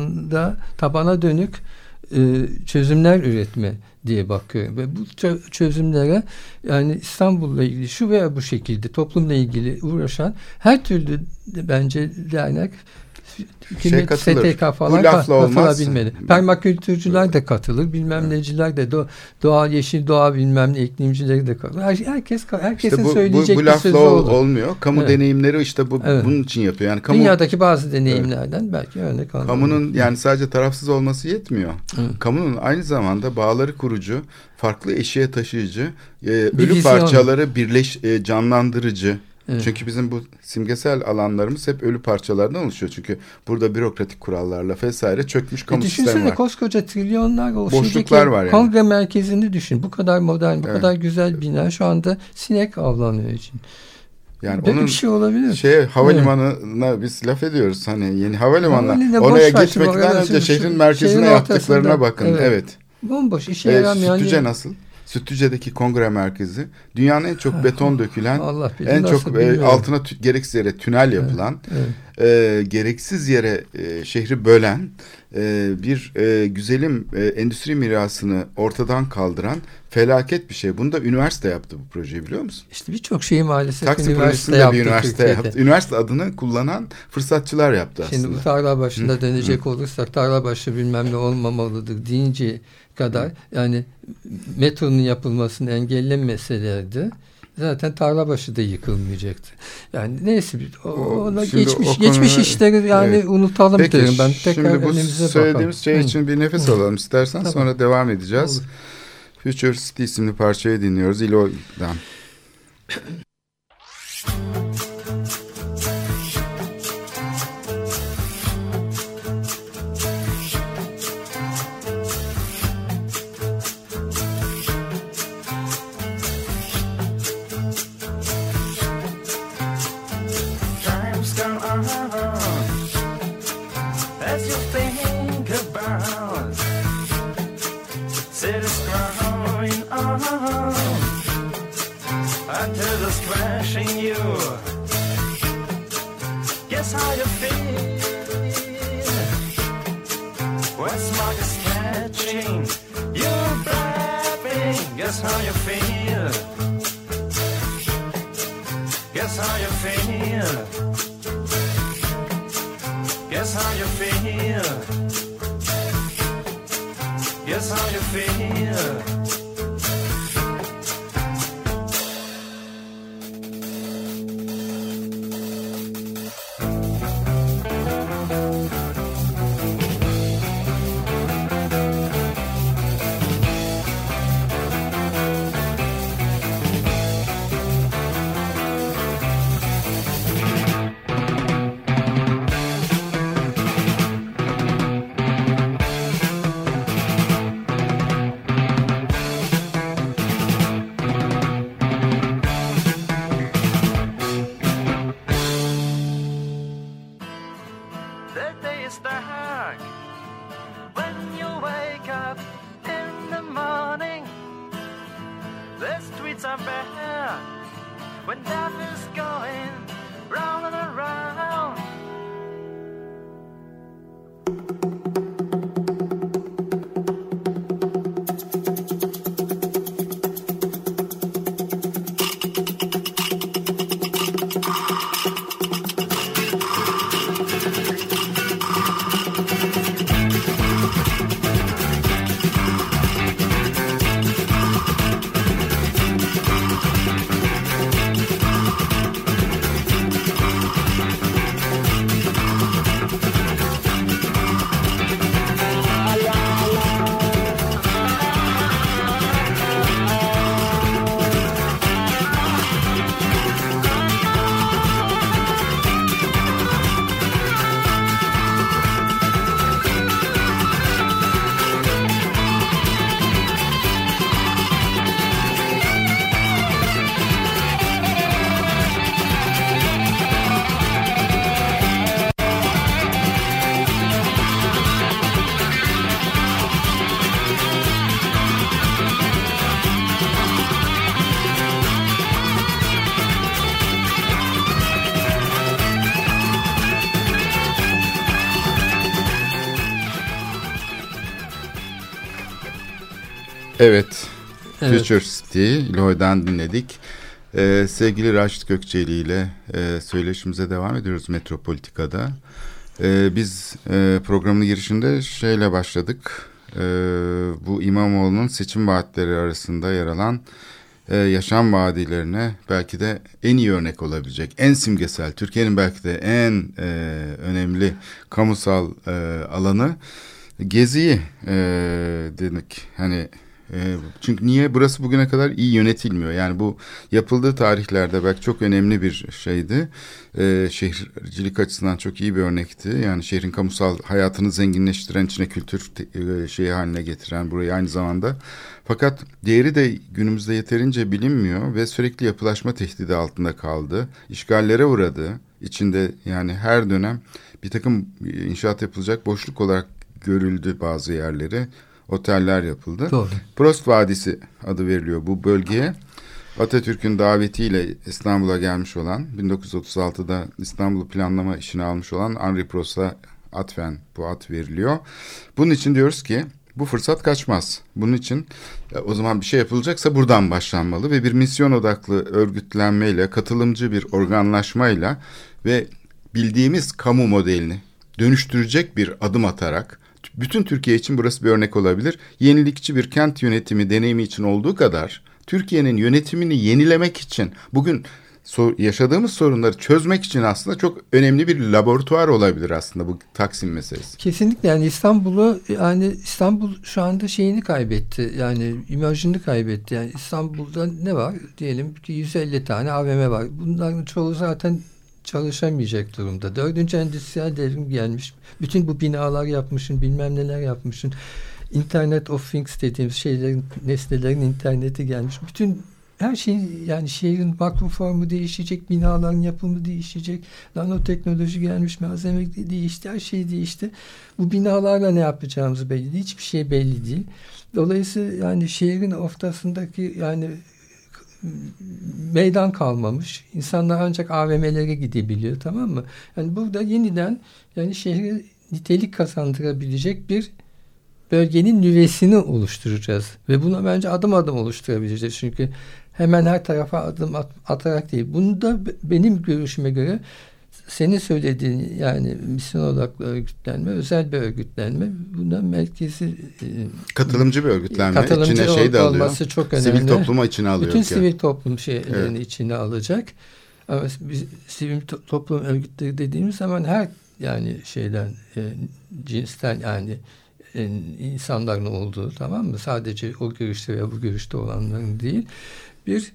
tabana dönük çözümler üretme diye bakıyorum. Ve bu çözümlere yani İstanbul'la ilgili şu veya bu şekilde toplumla ilgili uğraşan her türlü bence dernek, hükümet, STK falan katılabilmeli. Permakültürcüler de katılır, bilmem neciler de doğa, yeşil doğa bilmem ne iklimcileri de katılır. Herkesin işte söyleyecek bir sözü olur. Olmuyor. Kamu deneyimleri işte bunun için yapıyor. Yani dünyadaki bazı deneyimlerden belki örnek alınır. Kamunun yani sadece tarafsız olması yetmiyor. Kamunun aynı zamanda bağları kurucu, farklı eşiğe taşıyıcı, ölü parçaları canlandırıcı. Evet. Çünkü bizim bu simgesel alanlarımız hep ölü parçalardan oluşuyor. Çünkü burada bürokratik kurallarla vesaire çökmüş kamu sistemi var. Düşünsene koskoca trilyonlar boşluklar var yani. Kongre merkezini düşün. Bu kadar modern, bu kadar güzel bina şu anda sinek avlanıyor için. Yani böyle bir şey olabilir. Havalimanına biz laf ediyoruz. Hani yeni havalimanına oraya gitmekten önce şehrin merkezine yaptıklarına bakın. Evet. Bomboş, işe yaramayan. Sütlüce nasıl? Sütlüce'deki kongre merkezi dünyanın en çok beton dökülen, en çok altına gereksiz yere tünel yapılan, gereksiz yere şehri bölen, bir güzelim endüstri mirasını ortadan kaldıran felaket bir şey. Bunu da üniversite yaptı bu projeyi, biliyor musun? İşte birçok şeyi maalesef Taksim üniversite yaptı. Bir üniversite yaptı. Üniversite adını kullanan fırsatçılar yaptı aslında. Şimdi bu Tarlabaşı'nda dönecek olursak Tarlabaşı bilmem ne olmamalıdır deyince kadar yani metronun yapılmasını engellemeselerdi zaten Tarlabaşı da yıkılmayacaktı. Yani neyse ona geçmiş işleri yani unutalım diyorum ben. Tekrar şimdi bu söylediğimiz şey için bir nefes alalım istersen. Tamam. Sonra devam edeceğiz. Olur. Future City isimli parçayı dinliyoruz İlo'dan. The streets are bare when death is going round and around. Evet, Future City, Lloyd'dan dinledik. Sevgili Raşit Gökçeli ile söyleşimize devam ediyoruz Metropolitika'da. Biz programın girişinde şeyle başladık. Bu İmamoğlu'nun seçim vaatleri arasında yer alan yaşam vaadilerine belki de en iyi örnek olabilecek, en simgesel, Türkiye'nin belki de en önemli kamusal alanı Gezi'yi dedik. Hani çünkü niye? Burası bugüne kadar iyi yönetilmiyor. Yani bu yapıldığı tarihlerde belki çok önemli bir şeydi. Şehircilik açısından çok iyi bir örnekti. Yani şehrin kamusal hayatını zenginleştiren, içine kültür şeyi haline getiren burayı aynı zamanda. Fakat diğeri de günümüzde yeterince bilinmiyor ve sürekli yapılaşma tehdidi altında kaldı. İşgallere uğradı. İçinde yani her dönem bir takım inşaat yapılacak boşluk olarak görüldü bazı yerleri. Oteller yapıldı. Doğru. Prost Vadisi adı veriliyor bu bölgeye. Atatürk'ün davetiyle İstanbul'a gelmiş olan, 1936'da İstanbul'u planlama işini almış olan Henri Prost'a atfen bu ad veriliyor. Bunun için diyoruz ki bu fırsat kaçmaz. Bunun için o zaman bir şey yapılacaksa buradan başlanmalı ve bir misyon odaklı örgütlenmeyle, katılımcı bir organlaşmayla ve bildiğimiz kamu modelini dönüştürecek bir adım atarak bütün Türkiye için burası bir örnek olabilir. Yenilikçi bir kent yönetimi deneyimi için olduğu kadar Türkiye'nin yönetimini yenilemek için bugün yaşadığımız sorunları çözmek için aslında çok önemli bir laboratuvar olabilir aslında bu Taksim meselesi. Kesinlikle yani İstanbul şu anda şeyini kaybetti. Yani imajını kaybetti. Yani İstanbul'da ne var? Diyelim ki 150 tane AVM var. Bunların çoğu zaten çalışamayacak durumda. 4. Endüstriyel Devrim gelmiş. Bütün bu binalar yapmışsın, bilmem neler yapmışsın. Internet of Things dediğimiz şeylerin, nesnelerin interneti gelmiş. Bütün her şey yani şehrin makro formu değişecek, binaların yapımı değişecek. Nanoteknoloji gelmiş, malzeme değişti, her şey değişti. Bu binalarla ne yapacağımız belli değil. Hiçbir şey belli değil. Dolayısıyla yani şehrin ortasındaki yani meydan kalmamış. İnsanlar ancak AVM'lere gidebiliyor, tamam mı? Yani burada yeniden yani şehre nitelik kazandırabilecek bir bölgenin nüvesini oluşturacağız. Ve buna bence adım adım oluşturabileceğiz. Çünkü hemen her tarafa adım atarak değil. Bunu da benim görüşüme göre senin söylediğin yani misyon odaklı örgütlenme, özel bir örgütlenme, buna merkezi katılımcı bir örgütlenme, içine şey de alıyor. Çok önemli. Sivil topluma içine alıyor. Bütün sivil toplum şeylerini içine alacak. Ama biz sivil toplum örgütleri dediğimiz zaman her yani şeyden cinsten yani insanların olduğu, tamam mı? Sadece o görüşte veya bu görüşte olanların değil. Bir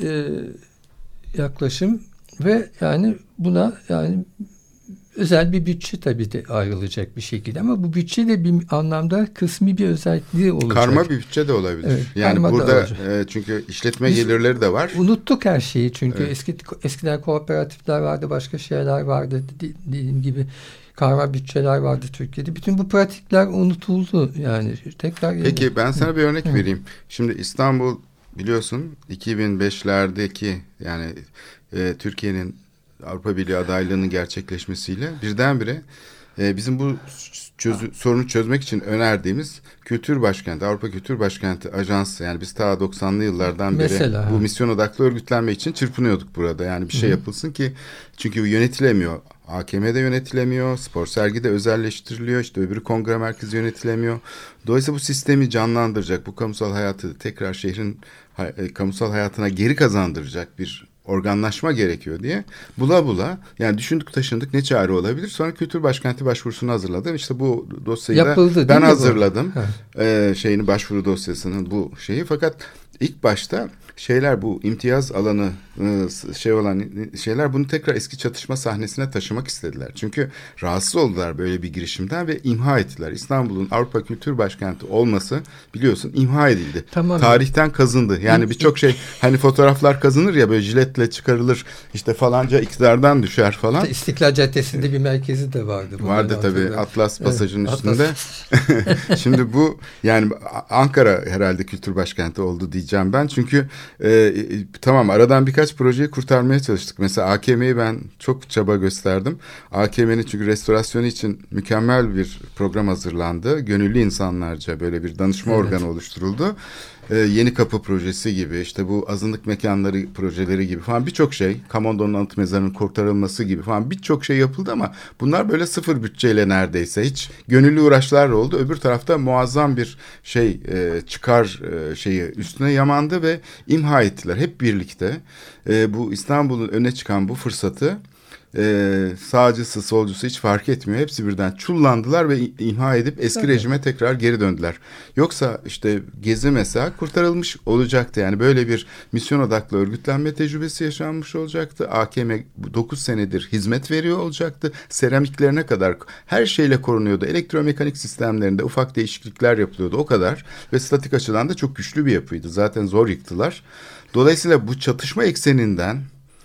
yaklaşım ve yani buna yani özel bir bütçe tabii de ayrılacak bir şekilde ama bu bütçe de bir anlamda kısmi bir özelliği olacak. Karma bir bütçe de olabilir. Evet, yani burada çünkü işletme gelirleri de var. Unuttuk her şeyi çünkü evet. Eskiden kooperatifler vardı, başka şeyler vardı dediğim gibi. Karma bütçeler vardı Türkiye'de. Bütün bu pratikler unutuldu yani. Tekrar Peki ben sana bir örnek vereyim. Şimdi İstanbul biliyorsun 2005'lerdeki yani Türkiye'nin Avrupa Birliği adaylığının gerçekleşmesiyle birdenbire bizim bu sorunu çözmek için önerdiğimiz Kültür Başkenti, Avrupa Kültür Başkenti Ajansı, yani biz ta 90'lı yıllardan beri Mesela, bu misyon odaklı örgütlenme için çırpınıyorduk burada. Yani bir şey yapılsın ki, çünkü yönetilemiyor. AKM'de yönetilemiyor, spor sergide özelleştiriliyor, işte öbürü kongre merkezi yönetilemiyor. Dolayısıyla bu sistemi canlandıracak, bu kamusal hayatı tekrar şehrin kamusal hayatına geri kazandıracak bir organlaşma gerekiyor diye bula yani düşündük taşındık ne çare olabilir. Sonra Kültür Başkenti başvurusunu hazırladım. İşte bu dosyayı da ben hazırladım. Başvuru dosyasının bu şeyi. Fakat ilk başta bu imtiyaz alanı olan şeyler bunu tekrar eski çatışma sahnesine taşımak istediler. Çünkü rahatsız oldular böyle bir girişimden ve imha ettiler. İstanbul'un Avrupa Kültür Başkenti olması biliyorsun imha edildi. Tamam. Tarihten kazındı. Yani birçok şey, hani fotoğraflar kazınır ya, böyle jiletle çıkarılır, işte falanca iktidardan düşer falan. İstiklal Caddesi'nde bir merkezi de vardı. Vardı tabii, Atlas Pasajı'nın üstünde. Şimdi bu yani Ankara herhalde Kültür Başkenti oldu diyeceğim ben. Çünkü tamam, aradan birkaç projeyi kurtarmaya çalıştık. Mesela AKM'yi ben çok çaba gösterdim. AKM'nin çünkü restorasyonu için mükemmel bir program hazırlandı. Gönüllü insanlarca böyle bir danışma organı oluşturuldu. Yeni Kapı projesi gibi, işte bu azınlık mekanları projeleri gibi falan birçok şey, Kamondo'nun anıt mezarının kurtarılması gibi falan birçok şey yapıldı ama bunlar böyle sıfır bütçeyle neredeyse, hiç gönüllü uğraşlar oldu. Öbür tarafta muazzam bir çıkar üstüne yamandı ve imha ettiler hep birlikte. Bu İstanbul'un öne çıkan bu fırsatı sağcısı solcusu hiç fark etmiyor. Hepsi birden çullandılar ve imha edip eski rejime tekrar geri döndüler. Yoksa işte Gezi mesela kurtarılmış olacaktı. Yani böyle bir misyon odaklı örgütlenme tecrübesi yaşanmış olacaktı. AKM 9 senedir hizmet veriyor olacaktı. Seramiklerine kadar her şeyle korunuyordu. Elektromekanik sistemlerinde ufak değişiklikler yapılıyordu, o kadar. Ve statik açıdan da çok güçlü bir yapıydı. Zaten zor yıktılar. Dolayısıyla bu çatışma ekseninden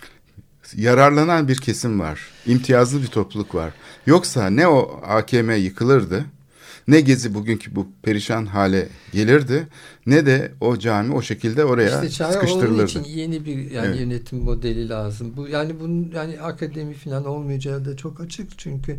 yararlanan bir kesim var. İmtiyazlı bir topluluk var. Yoksa ne o AKM yıkılırdı, ne Gezi bugünkü bu perişan hale gelirdi, ne de o cami o şekilde oraya sıkıştırılırdı. Onun için yeni bir yönetim modeli lazım. Bu bunun akademi falan olmayacağı da çok açık, çünkü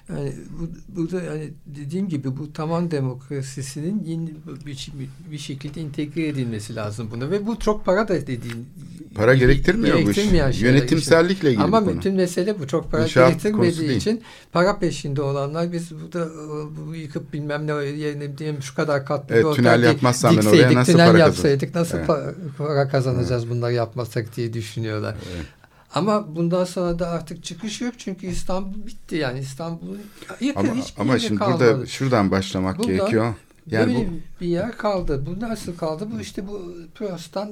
burada dediğim gibi bu tavan demokrasisinin yeni bir şekilde entegre edilmesi lazım buna, ve bu çok para da para gerektirmiyor bu iş. Yönetimsellikle ilgili. Ama bütün mesele bu, çok para gerektirmediği için para peşinde olanlar, biz burada bu yıkıp bilmem ne yerine diyelim şu kadar katlı bir tünel yapmazsam ben oraya nasıl para yapsaydık nasıl para kazanacağız bunları yapmazsak diye düşünüyorlar. Evet. Ama bundan sonra da artık çıkış yok, çünkü İstanbul bitti, yani İstanbul'un ama şimdi kalmadı. Burada şuradan başlamak gerekiyor. Yani böyle bir yer kaldı. Bu nasıl kaldı? Bu işte bu Proust'tan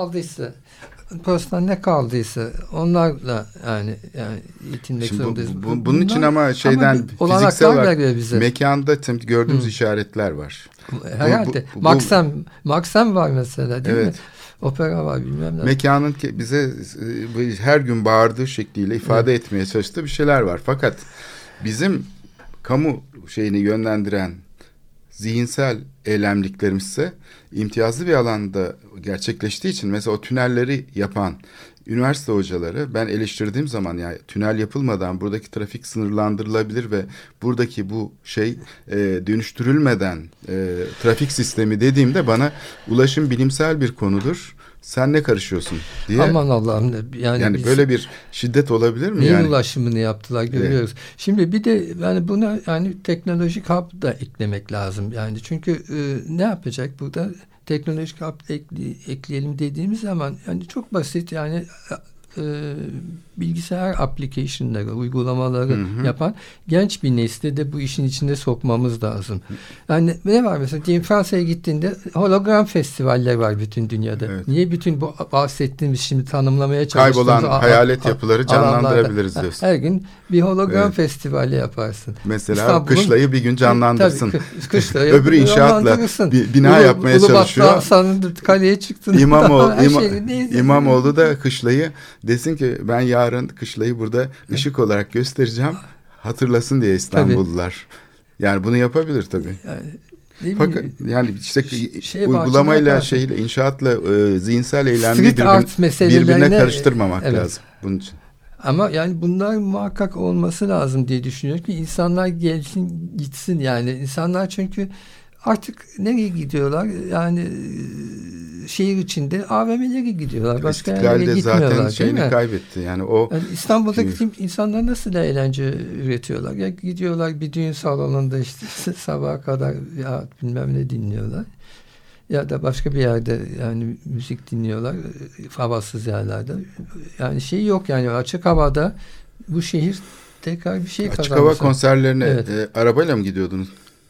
ne kaldıysa onlarla yetinmek zorundayız. Bunun için ama fiziksel olarak mekanda gördüğümüz işaretler var. Herhalde. Maxim var mesela, değil mi? Opera var, bilmem ne. Mekanın bize her gün bağırdığı şekliyle ifade etmeye çalıştığı bir şeyler var. Fakat bizim kamu yönlendiren zihinsel eylemliklerimizse imtiyazlı bir alanda gerçekleştiği için, mesela o tünelleri yapan üniversite hocaları ben eleştirdiğim zaman, yani tünel yapılmadan buradaki trafik sınırlandırılabilir ve buradaki bu dönüştürülmeden trafik sistemi dediğimde, bana ulaşım bilimsel bir konudur, sen ne karışıyorsun diye. Aman Allah'ım, yani böyle bir şiddet olabilir mi? Neyin ulaşımını yaptılar görüyoruz. Evet. Şimdi bir de buna teknolojik hub da eklemek lazım. Çünkü ne yapacak burada? Teknolojik hub ekleyelim dediğimiz zaman çok basit, bilgisayar application'ları, uygulamaları yapan genç bir nesli de bu işin içinde sokmamız lazım. Ne var mesela? Diyelim Fransa'ya gittiğinde hologram festivaller var bütün dünyada. Evet. Niye bütün bu bahsettiğimiz, şimdi tanımlamaya çalıştığımız kaybolan hayalet yapıları canlandırabiliriz diyorsun. Her gün bir hologram festivali yaparsın. Mesela İstanbul'un kışlayı bir gün canlandırsın. Tabii, kışlayı öbürü inşaatla bina yapmaya çalışıyor. Kaleye çıktın. İmamoğlu da kışlayı desin ki ben yarın kışlayı burada ışık olarak göstereceğim, hatırlasın diye İstanbullular. Yani bunu yapabilir tabii. Fakat yani işte şey uygulamayla, bahçede şeyle, inşaatla zihinsel eylemleri Street art meselelerine, birbirine karıştırmamak evet, lazım bunun için. Ama yani bunlar muhakkak olması lazım diye düşünüyorum ki insanlar gelsin gitsin, yani insanlar çünkü artık nereye gidiyorlar? Yani şehir içinde AVM'lere gidiyorlar. Başka yerlere İstiklal'de gitmiyorlar. zaten şeyini kaybetti. Yani o yani İstanbul'daki insanlar nasıl eğlence üretiyorlar? Ya gidiyorlar bir düğün salonunda işte sabaha kadar ya bilmem ne dinliyorlar. Ya da başka bir yerde yani müzik dinliyorlar. Havasız yerlerde. Yani şey yok yani, açık havada bu şehir tekrar bir şey kazanmış. Açık hava konserlerine Evet. Arabayla mı gidiyordunuz?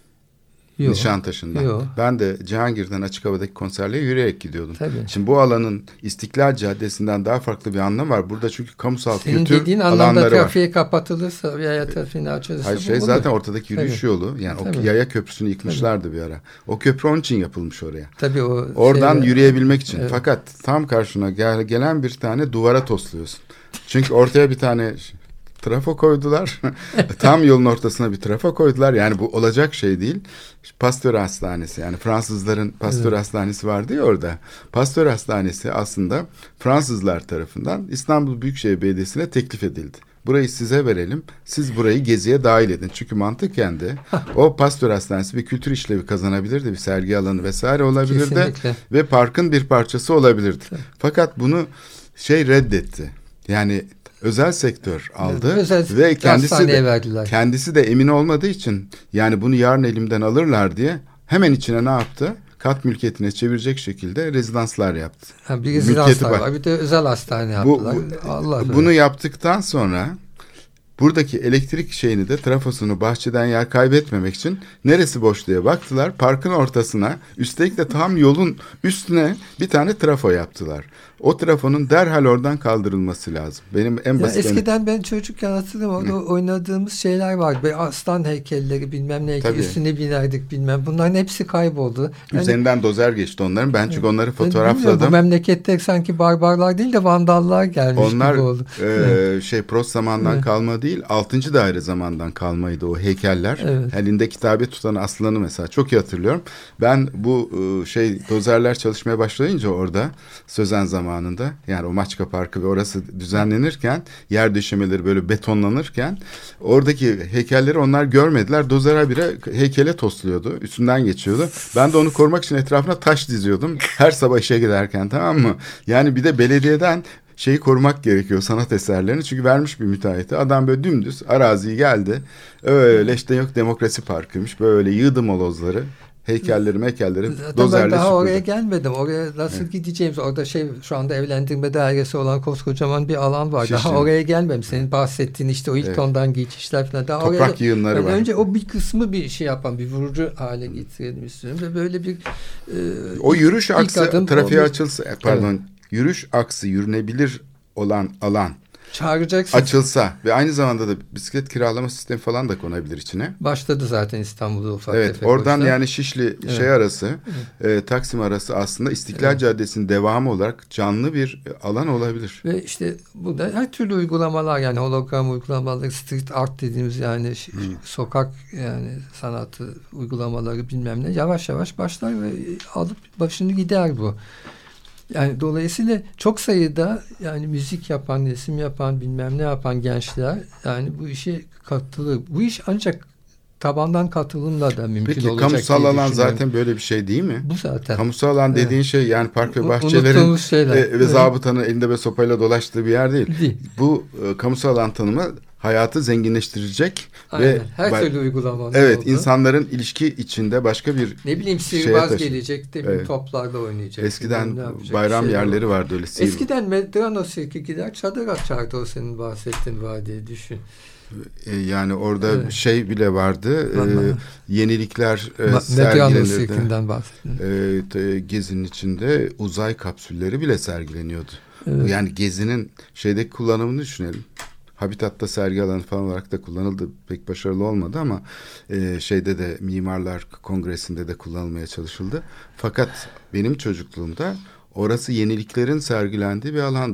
Yok. Nişantaşı'ndan. Yok. Ben de Cihangir'den açık havadaki konserlere yürüyerek gidiyordum. Tabii. Şimdi bu alanın İstiklal Caddesi'nden daha farklı bir anlamı var. Burada çünkü kamusal Senin kültür dediğin anlamda alanları var. trafiğe kapatılırsa veya trafiğini açılırsa Hayır, bu olur. zaten ortadaki yürüyüş Tabii. yolu, yani o Tabii. yaya köprüsünü yıkmışlardı bir ara. O köprü onun için yapılmış oraya. Tabii o Oradan şeyle- yürüyebilmek için. Evet. Fakat tam karşına gelen bir tane duvara tosluyorsun. Çünkü ortaya bir tane trafo koydular. Tam yolun ortasına bir trafo koydular. Yani bu olacak şey değil. Pasteur Hastanesi, yani Fransızların Pasteur Hastanesi vardı ya orada. Pasteur Hastanesi aslında Fransızlar tarafından İstanbul Büyükşehir Belediyesi'ne teklif edildi. Burayı size verelim. Siz burayı geziye dahil edin. Çünkü mantıken de o Pasteur Hastanesi bir kültür işlevi kazanabilirdi. Bir sergi alanı vesaire olabilirdi. Kesinlikle. Ve parkın bir parçası olabilirdi. Fakat bunu reddetti. Yani özel sektör aldı Özel ve hastaneye verdiler. kendisi de emin olmadığı için, yani bunu yarın elimden alırlar diye hemen içine ne yaptı? Kat mülkiyetine çevirecek şekilde rezidanslar yaptı. Ha, bir Mülkiyeti rezidanslar bak. var. Bir de özel hastane yaptılar. Bunu yaptıktan sonra buradaki elektrik şeyini de, trafosunu, bahçeden yer kaybetmemek için neresi boş diye baktılar. Parkın ortasına, üstelik de tam yolun üstüne bir tane trafo yaptılar. O trafonun derhal oradan kaldırılması lazım. Benim en Ya basit eskiden ben çocukken hatırlıyorum, orada oynadığımız şeyler vardı. Böyle aslan heykelleri, bilmem ne heykeli, Tabii. üstüne binerdik bilmem. Bunların hepsi kayboldu. Yani, üzerinden dozer geçti onların. Ben çünkü onları bilmiyorum, bu fotoğrafladım. memlekette sanki barbarlar değil de vandallar gelmiş Onlar gibi oldu. Prost zamandan kalma değil, 6. daire zamandan kalmaydı o heykeller. Evet. Elinde kitabı tutan aslanı mesela çok iyi hatırlıyorum. Ben bu dozerler çalışmaya başlayınca orada Sözen zamanında, yani o Maçka Parkı ve orası düzenlenirken, yer döşemeleri böyle betonlanırken oradaki heykelleri onlar görmediler. Dozer habire heykele tosluyordu. Üstünden geçiyordu. Ben de onu korumak için etrafına taş diziyordum. Her sabah işe giderken, tamam mı? Yani bir de belediyeden şeyi korumak gerekiyor, sanat eserlerini. Çünkü vermiş bir müteahhite. Adam böyle dümdüz araziyi geldi. Öyle işte, yok Demokrasi Parkı'ymış. Böyle yığdı molozları. Heykelleri Zaten dozerle ben daha süpürdü. oraya gelmedim. Oraya nasıl gideceğimiz, orada şu anda evlendirme dairesi olan koskocaman bir alan var. Şişli. Daha oraya gelmedim. Senin bahsettiğin işte o ilk Evet. ondan geçişler falan. Daha Toprak yığınları ben var. önce o bir kısmı bir şey yapan, bir vurucu hale getirelim istiyorum. Ve böyle bir O yürüyüş ilk aksı adım trafiğe olmuş. açılsa, yürüyüş aksı yürünebilir olan alan çağıracaksın. açılsa ve aynı zamanda da bisiklet kiralama sistemi falan da konabilir içine. Başladı zaten İstanbul'da ufak Evet, tefek oradan olsa. yani Şişli arası, Taksim arası aslında İstiklal Caddesi'nin devamı olarak canlı bir alan olabilir. Ve işte bu da her türlü uygulamalar, yani hologram uygulamaları, street art dediğimiz yani sokak yani sanatı uygulamaları bilmem ne yavaş yavaş başlar ve alıp başını gider bu. Yani dolayısıyla çok sayıda yani müzik yapan, resim yapan, bilmem ne yapan gençler yani bu işe katılır. Bu iş ancak tabandan katılımla da mümkün Peki olacak kamusal diye alan düşünüyorum. zaten böyle bir şey değil mi? Bu zaten. Kamusal alan dediğin şey yani park ve bahçelerin Unuttuğumuz şeyler. ve zabıtanın elinde ve sopayla dolaştığı bir yer değil. Değil. Bu kamusal alan tanımı hayatı zenginleştirecek Aynen. ve Her türlü uygulamanın evet, olduğu. insanların ilişki içinde başka bir Ne bileyim şeye sihirbaz taşı- gelecek, değil mi? Evet. Toplarda oynayacak. Eskiden bilmem ne yapacak, bayram şeyler yerleri var. vardı öyle sihir. Eskiden Medrano sirki gider çadır açardı, o senin bahsettiğin vadiye, düşün. Yani orada Evet. şey bile vardı. Vallahi. Yenilikler Medrano sergilenirdi. sirkinden bahsettin. Gezi'nin içinde uzay kapsülleri bile sergileniyordu. Evet. Yani Gezi'nin şeydeki kullanımını düşünelim. Habitatta sergi alanı falan olarak da kullanıldı. Pek başarılı olmadı ama şeyde de Mimarlar Kongresi'nde de kullanılmaya çalışıldı. Fakat benim çocukluğumda orası yeniliklerin sergilendiği bir alandı.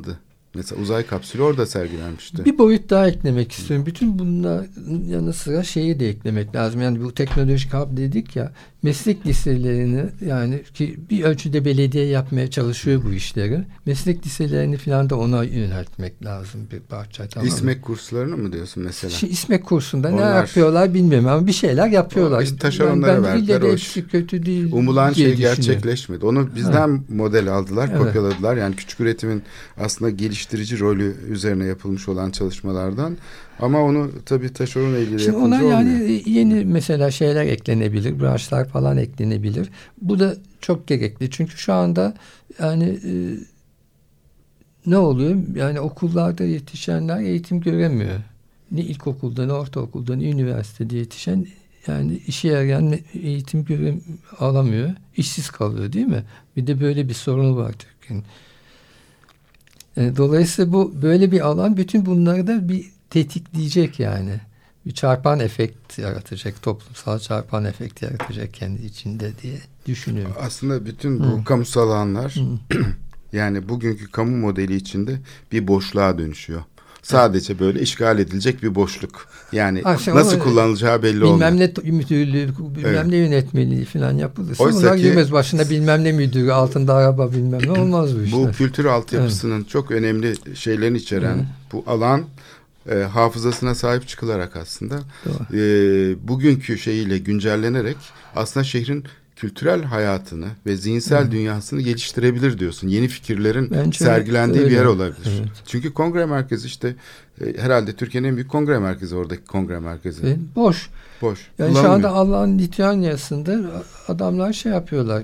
Mesela uzay kapsülü orada sergilenmişti. Bir boyut daha eklemek istiyorum. Bütün bunların yanı sıra şeyi de eklemek lazım. Yani bu teknolojik hub dedik ya, meslek liselerini, yani ki bir ölçüde belediye yapmaya çalışıyor bu işleri. Meslek liselerini falan da ona yöneltmek lazım bir parça. Tamam. İSMEK kurslarını mı diyorsun mesela? İSMEK kursunda ne yapıyorlar bilmiyorum ama bir şeyler yapıyorlar. İşte taşeronlara verdiler. Ben hepsi kötü değil. Umulan şey gerçekleşmedi. Onu bizden model aldılar, kopyaladılar. Yani küçük üretimin aslında geliştirici rolü üzerine yapılmış olan çalışmalardan. Ama onu tabii taşeronla ilgili şimdi yapınca ona olmuyor. yani yeni mesela şeyler eklenebilir, branşlar falan eklenebilir. Bu da çok gerekli. Çünkü şu anda yani ne oluyor? Yani okullarda yetişenler eğitim göremiyor. Ne ilkokulda, ne ortaokulda, ne üniversitede yetişen yani işe yarayan eğitim alamıyor. İşsiz kalıyor değil mi? Bir de böyle bir sorun var Türkiye'nin. Dolayısıyla bu böyle bir alan bütün bunları da bir tetikleyecek yani. Bir çarpan efekt yaratacak, toplumsal çarpan efekt yaratacak kendi içinde diye düşünüyorum. Aslında bütün bu kamusal alanlar yani bugünkü kamu modeli içinde bir boşluğa dönüşüyor. Sadece böyle işgal edilecek bir boşluk. Yani nasıl kullanılacağı belli olmuyor. Bilmem ne müdürlüğü, bilmem ne yönetmeliği falan yapılırsa oysa bunlar ki, girmez başına bilmem ne müdürü, altında araba bilmem ne olmaz bu işler. Bu kültür altyapısının çok önemli şeylerini içeren bu alan hafızasına sahip çıkılarak aslında bugünkü şeyiyle güncellenerek aslında şehrin kültürel hayatını ve zihinsel dünyasını geliştirebilir diyorsun. Yeni fikirlerin bence sergilendiği öyle. bir yer olabilir. Evet. Çünkü kongre merkezi işte herhalde Türkiye'nin en büyük kongre merkezi, oradaki kongre merkezi. Boş. Yani şu anda Allah'ın Litvanya'sında adamlar şey yapıyorlar.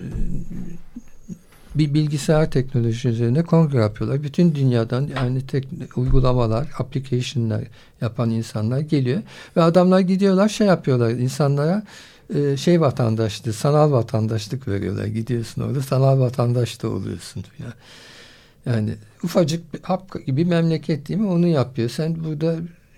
Bir bilgisayar teknolojisi üzerine kongre yapıyorlar. Bütün dünyadan yani uygulamalar, application'lar yapan insanlar geliyor ve adamlar gidiyorlar şey yapıyorlar insanlara vatandaşlığı, sanal vatandaşlık veriyorlar. Gidiyorsun orada sanal vatandaş da oluyorsun falan. Yani ufacık bir hap gibi memleket değil mi? Onu yapıyor. Sen burada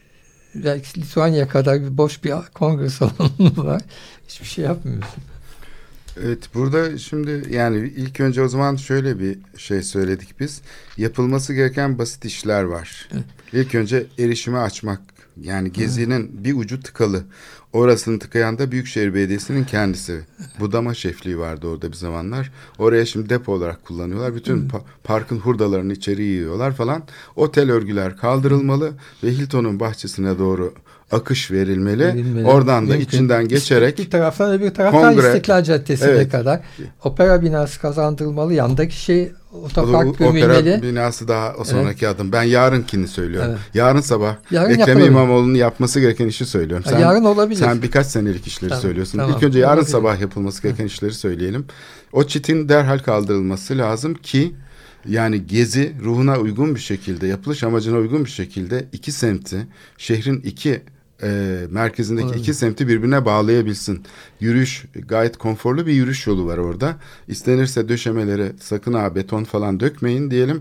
belki Litvanya kadar boş bir kongre salonu var. Hiçbir şey yapmıyorsun. Evet, burada şimdi yani ilk önce o zaman şöyle bir şey söyledik biz. Yapılması gereken basit işler var. Evet. İlk önce erişime açmak. Yani gezinin bir ucu tıkalı. Orasını tıkayan da Büyükşehir Belediyesi'nin kendisi. Budama şefliği vardı orada bir zamanlar. Oraya şimdi depo olarak kullanıyorlar. Bütün parkın hurdalarını içeri yiyorlar falan. Otel örgüler kaldırılmalı ve Hilton'un bahçesine doğru akış verilmeli. Oradan da içinden geçerek bir taraftan öbür taraftan İstiklal Caddesi'ne kadar opera binası kazandırılmalı. Yandaki şey otopark gömülmeli. Opera binası daha o sonraki adım. Ben yarınkini söylüyorum. Evet. Yarın sabah Ekrem yapalım. İmamoğlu'nun yapması gereken işi söylüyorum. Yarın olabilir. Sen birkaç senelik işleri söylüyorsun. İlk önce yarın sabah yapılması gereken işleri söyleyelim. O çitin derhal kaldırılması lazım ki yani gezi ruhuna uygun bir şekilde, yapılış amacına uygun bir şekilde iki semti, şehrin iki merkezindeki iki semti birbirine bağlayabilsin. Yürüyüş, gayet konforlu bir yürüyüş yolu var orada. İstenirse döşemeleri sakın beton falan dökmeyin diyelim.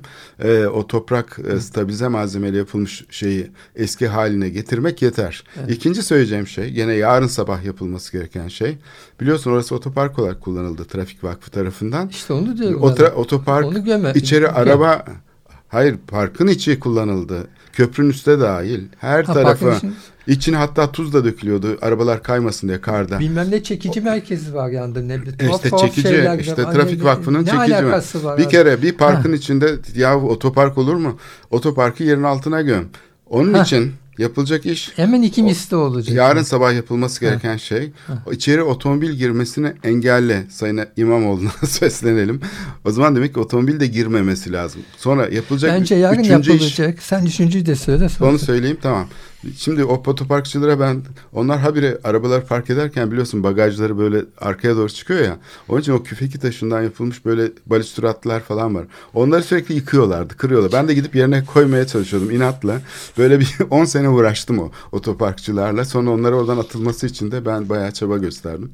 O toprak stabilize malzemeyle yapılmış şeyi eski haline getirmek yeter. Evet. İkinci söyleyeceğim şey, gene yarın sabah yapılması gereken şey. Biliyorsun orası otopark olarak kullanıldı Trafik Vakfı tarafından. İşte onu diyorum. Otopark içeri araba... Hayır, parkın içi kullanıldı. Köprünün üstü dahil. Her tarafı. İçine hatta tuz da dökülüyordu. Arabalar kaymasın diye karda. Bilmem ne çekici merkezi var yanında. İşte çekici. İşte Trafik Vakfı'nın çekici. Bir kere bir parkın içinde ya otopark olur mu? Otoparkı yerin altına göm. Onun için yapılacak iş hemen iki misli olacak. Yarın sabah yapılması gereken şey içeri otomobil girmesini engelle. Sayın İmamoğlu'na seslenelim. O zaman demek ki otomobil de girmemesi lazım. Sonra yapılacak bence yarın yapılacak. Sen üçüncüyü de söyle. Onu söyleyeyim, tamam. Şimdi o otoparkçılara onlar habire arabalar park ederken biliyorsun bagajları böyle arkaya doğru çıkıyor ya. Onun için o küfeki taşından yapılmış böyle balüstratlar falan var. Onları sürekli yıkıyorlardı, kırıyorlar. Ben de gidip yerine koymaya çalışıyordum inatla. Böyle bir 10 sene uğraştım o otoparkçılarla. Sonra onları oradan atılması için de ben bayağı çaba gösterdim.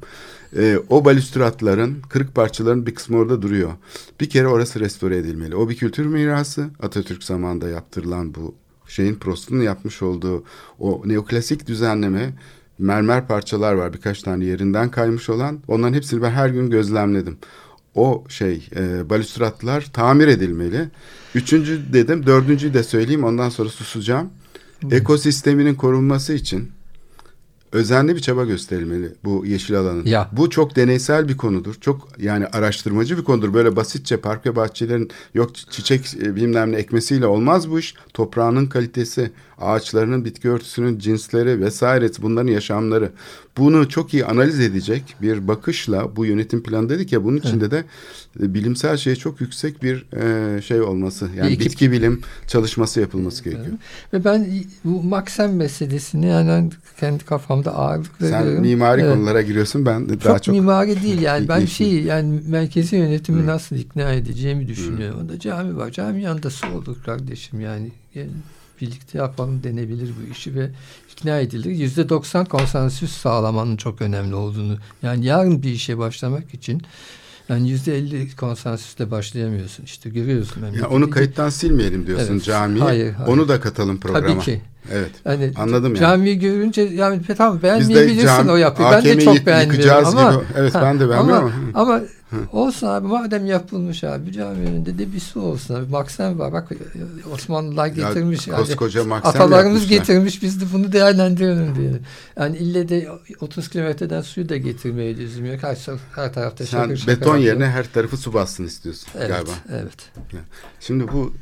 O balüstratların, kırık parçaların bir kısmı orada duruyor. Bir kere orası restore edilmeli. O bir kültür mirası. Atatürk zamanında yaptırılan bu Prost'un yapmış olduğu o neoklasik düzenleme, mermer parçalar var birkaç tane yerinden kaymış olan. Onların hepsini ben her gün gözlemledim. o balüstratlar tamir edilmeli. 3. dedim, 4.'yü de söyleyeyim, ondan sonra susacağım. Ekosisteminin korunması için özenli bir çaba gösterilmeli bu yeşil alanın. Ya. Bu çok deneysel bir konudur. Çok yani araştırmacı bir konudur. Böyle basitçe park ve bahçelerin yok çiçek bilmem ne ekmesiyle olmaz bu iş. Toprağının kalitesi, ağaçlarının, bitki örtüsünün cinsleri vesaire, bunların yaşamları. Bunu çok iyi analiz edecek bir bakışla bu yönetim planı dedik ya, bunun içinde de bilimsel şeye çok yüksek bir olması. Yani bitki bilim çalışması yapılması gerekiyor. Ve ben bu Maxen meselesini yani kendi kafamda ağırlık veriyorum. Sen mimari konulara giriyorsun, ben de daha çok mimari değil yani ben yani merkezi yönetimi nasıl ikna edeceğimi düşünüyorum. Onda cami var. Cami yanında su olur kardeşim yani birlikte yapalım denebilir bu işi ve ikna edilir. %90 konsensüs sağlamanın çok önemli olduğunu. Yani yarın bir işe başlamak için yani %50 konsensüsle başlayamıyorsun. İşte görüyorsun. Ya onu kayıttan silmeyelim diyorsun, evet, camiyi. Hayır. Onu da katalım programa. Tabii ki. Evet. Yani anladım camiyi görünce yani tamam beğenmeyebilirsin o yapıyı. Ben de çok beğenmiyorum ama evet ben de beğenmiyorum ama olsun abi, madem yapılmış abi cami önünde de bir su olsun abi. Maksen var bak, Osmanlılar getirmiş yani. Koskoca maksen atalarımız getirmiş, biz de bunu değerlendirelim diye. Yani ille de 30 kilometreden suyu da getirmeye lüzum yok. Her tarafta şakır şakır. Beton yerine her tarafı su bassın istiyorsun galiba. Evet. Şimdi bu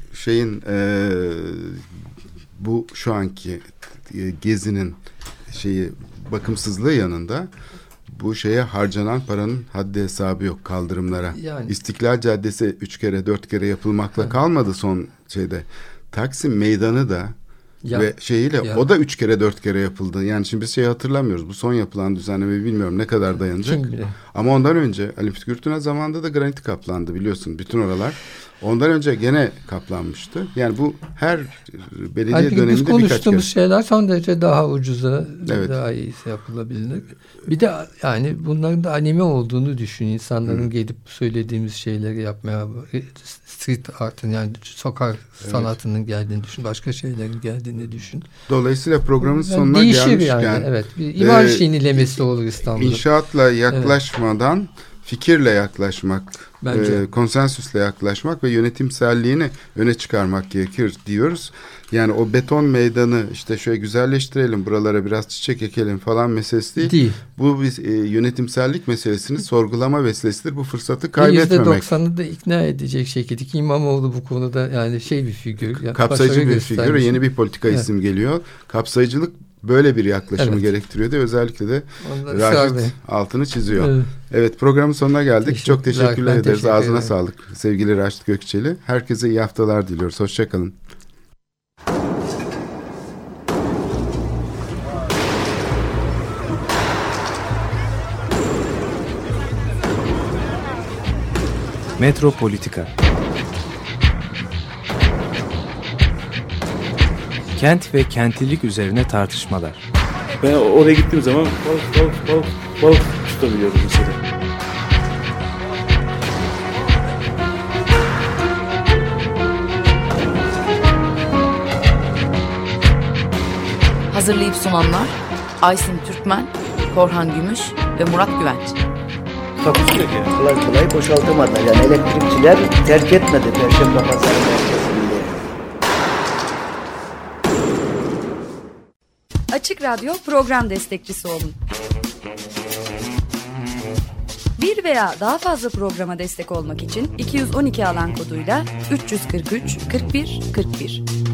bu şu anki gezinin bakımsızlığı yanında bu şeye harcanan paranın haddi hesabı yok, kaldırımlara. Yani. İstiklal Caddesi 3 kere 4 kere yapılmakla kalmadı son şeyde. Taksim Meydanı da ve o da 3 kere 4 kere yapıldı. Yani şimdi biz hatırlamıyoruz. Bu son yapılan düzenleme bilmiyorum ne kadar dayanacak. Ama ondan önce Ali Fikri Ürtüner zamanında da granit kaplandı biliyorsun. Bütün oralar. Ondan önce gene kaplanmıştı. Yani bu her belediye döneminde biz konuştuğumuz kez. şeyler son derece daha ucuza, daha iyisi yapılabilir. Bir de yani bunların da anime olduğunu düşün. İnsanların gelip söylediğimiz şeyleri yapmaya, street art'ın yani sokak sanatının geldiğini düşün. Başka şeylerin geldiğini düşün. Dolayısıyla programın sonuna gelmişken. Yani. Evet. Bir imaj yenilemesi olur İstanbul'da. İnşaatla yaklaşmadan fikirle yaklaşmak, konsensüsle yaklaşmak ve yönetimselliğini öne çıkarmak gerekir diyoruz. Yani o beton meydanı işte şöyle güzelleştirelim, buralara biraz çiçek ekelim falan meselesi değil. Bu bir yönetimsellik meselesini sorgulama meselesidir. Bu fırsatı kaybetmemek. %90'ı da ikna edecek şekilde ki İmamoğlu bu konuda yani bir figür. Yani kapsayıcı bir figür. Yeni bir politika isim geliyor. Kapsayıcılık böyle bir yaklaşımı gerektiriyor diye özellikle de Raşit altını çiziyor. Evet, programın sonuna geldik. Çok teşekkürler ederiz. Ağzına sağlık sevgili Raşit Gökçeli. Herkese iyi haftalar diliyoruz. Hoşçakalın. Metropolitika. Kent ve kentlilik üzerine tartışmalar. Ben oraya gittiğim zaman balık tutabiliyorum mesela. Hazırlayıp sunanlar Aysin Türkmen, Korhan Gümüş ve Murat Güvenç. Takusuyor ki. Kolay boşaltamadılar. Yani elektrikçiler terk etmedi Perşembe Pazarı merkezini. Açık Radyo program destekçisi olun. Bir veya daha fazla programa destek olmak için 212 alan koduyla 343 41 41.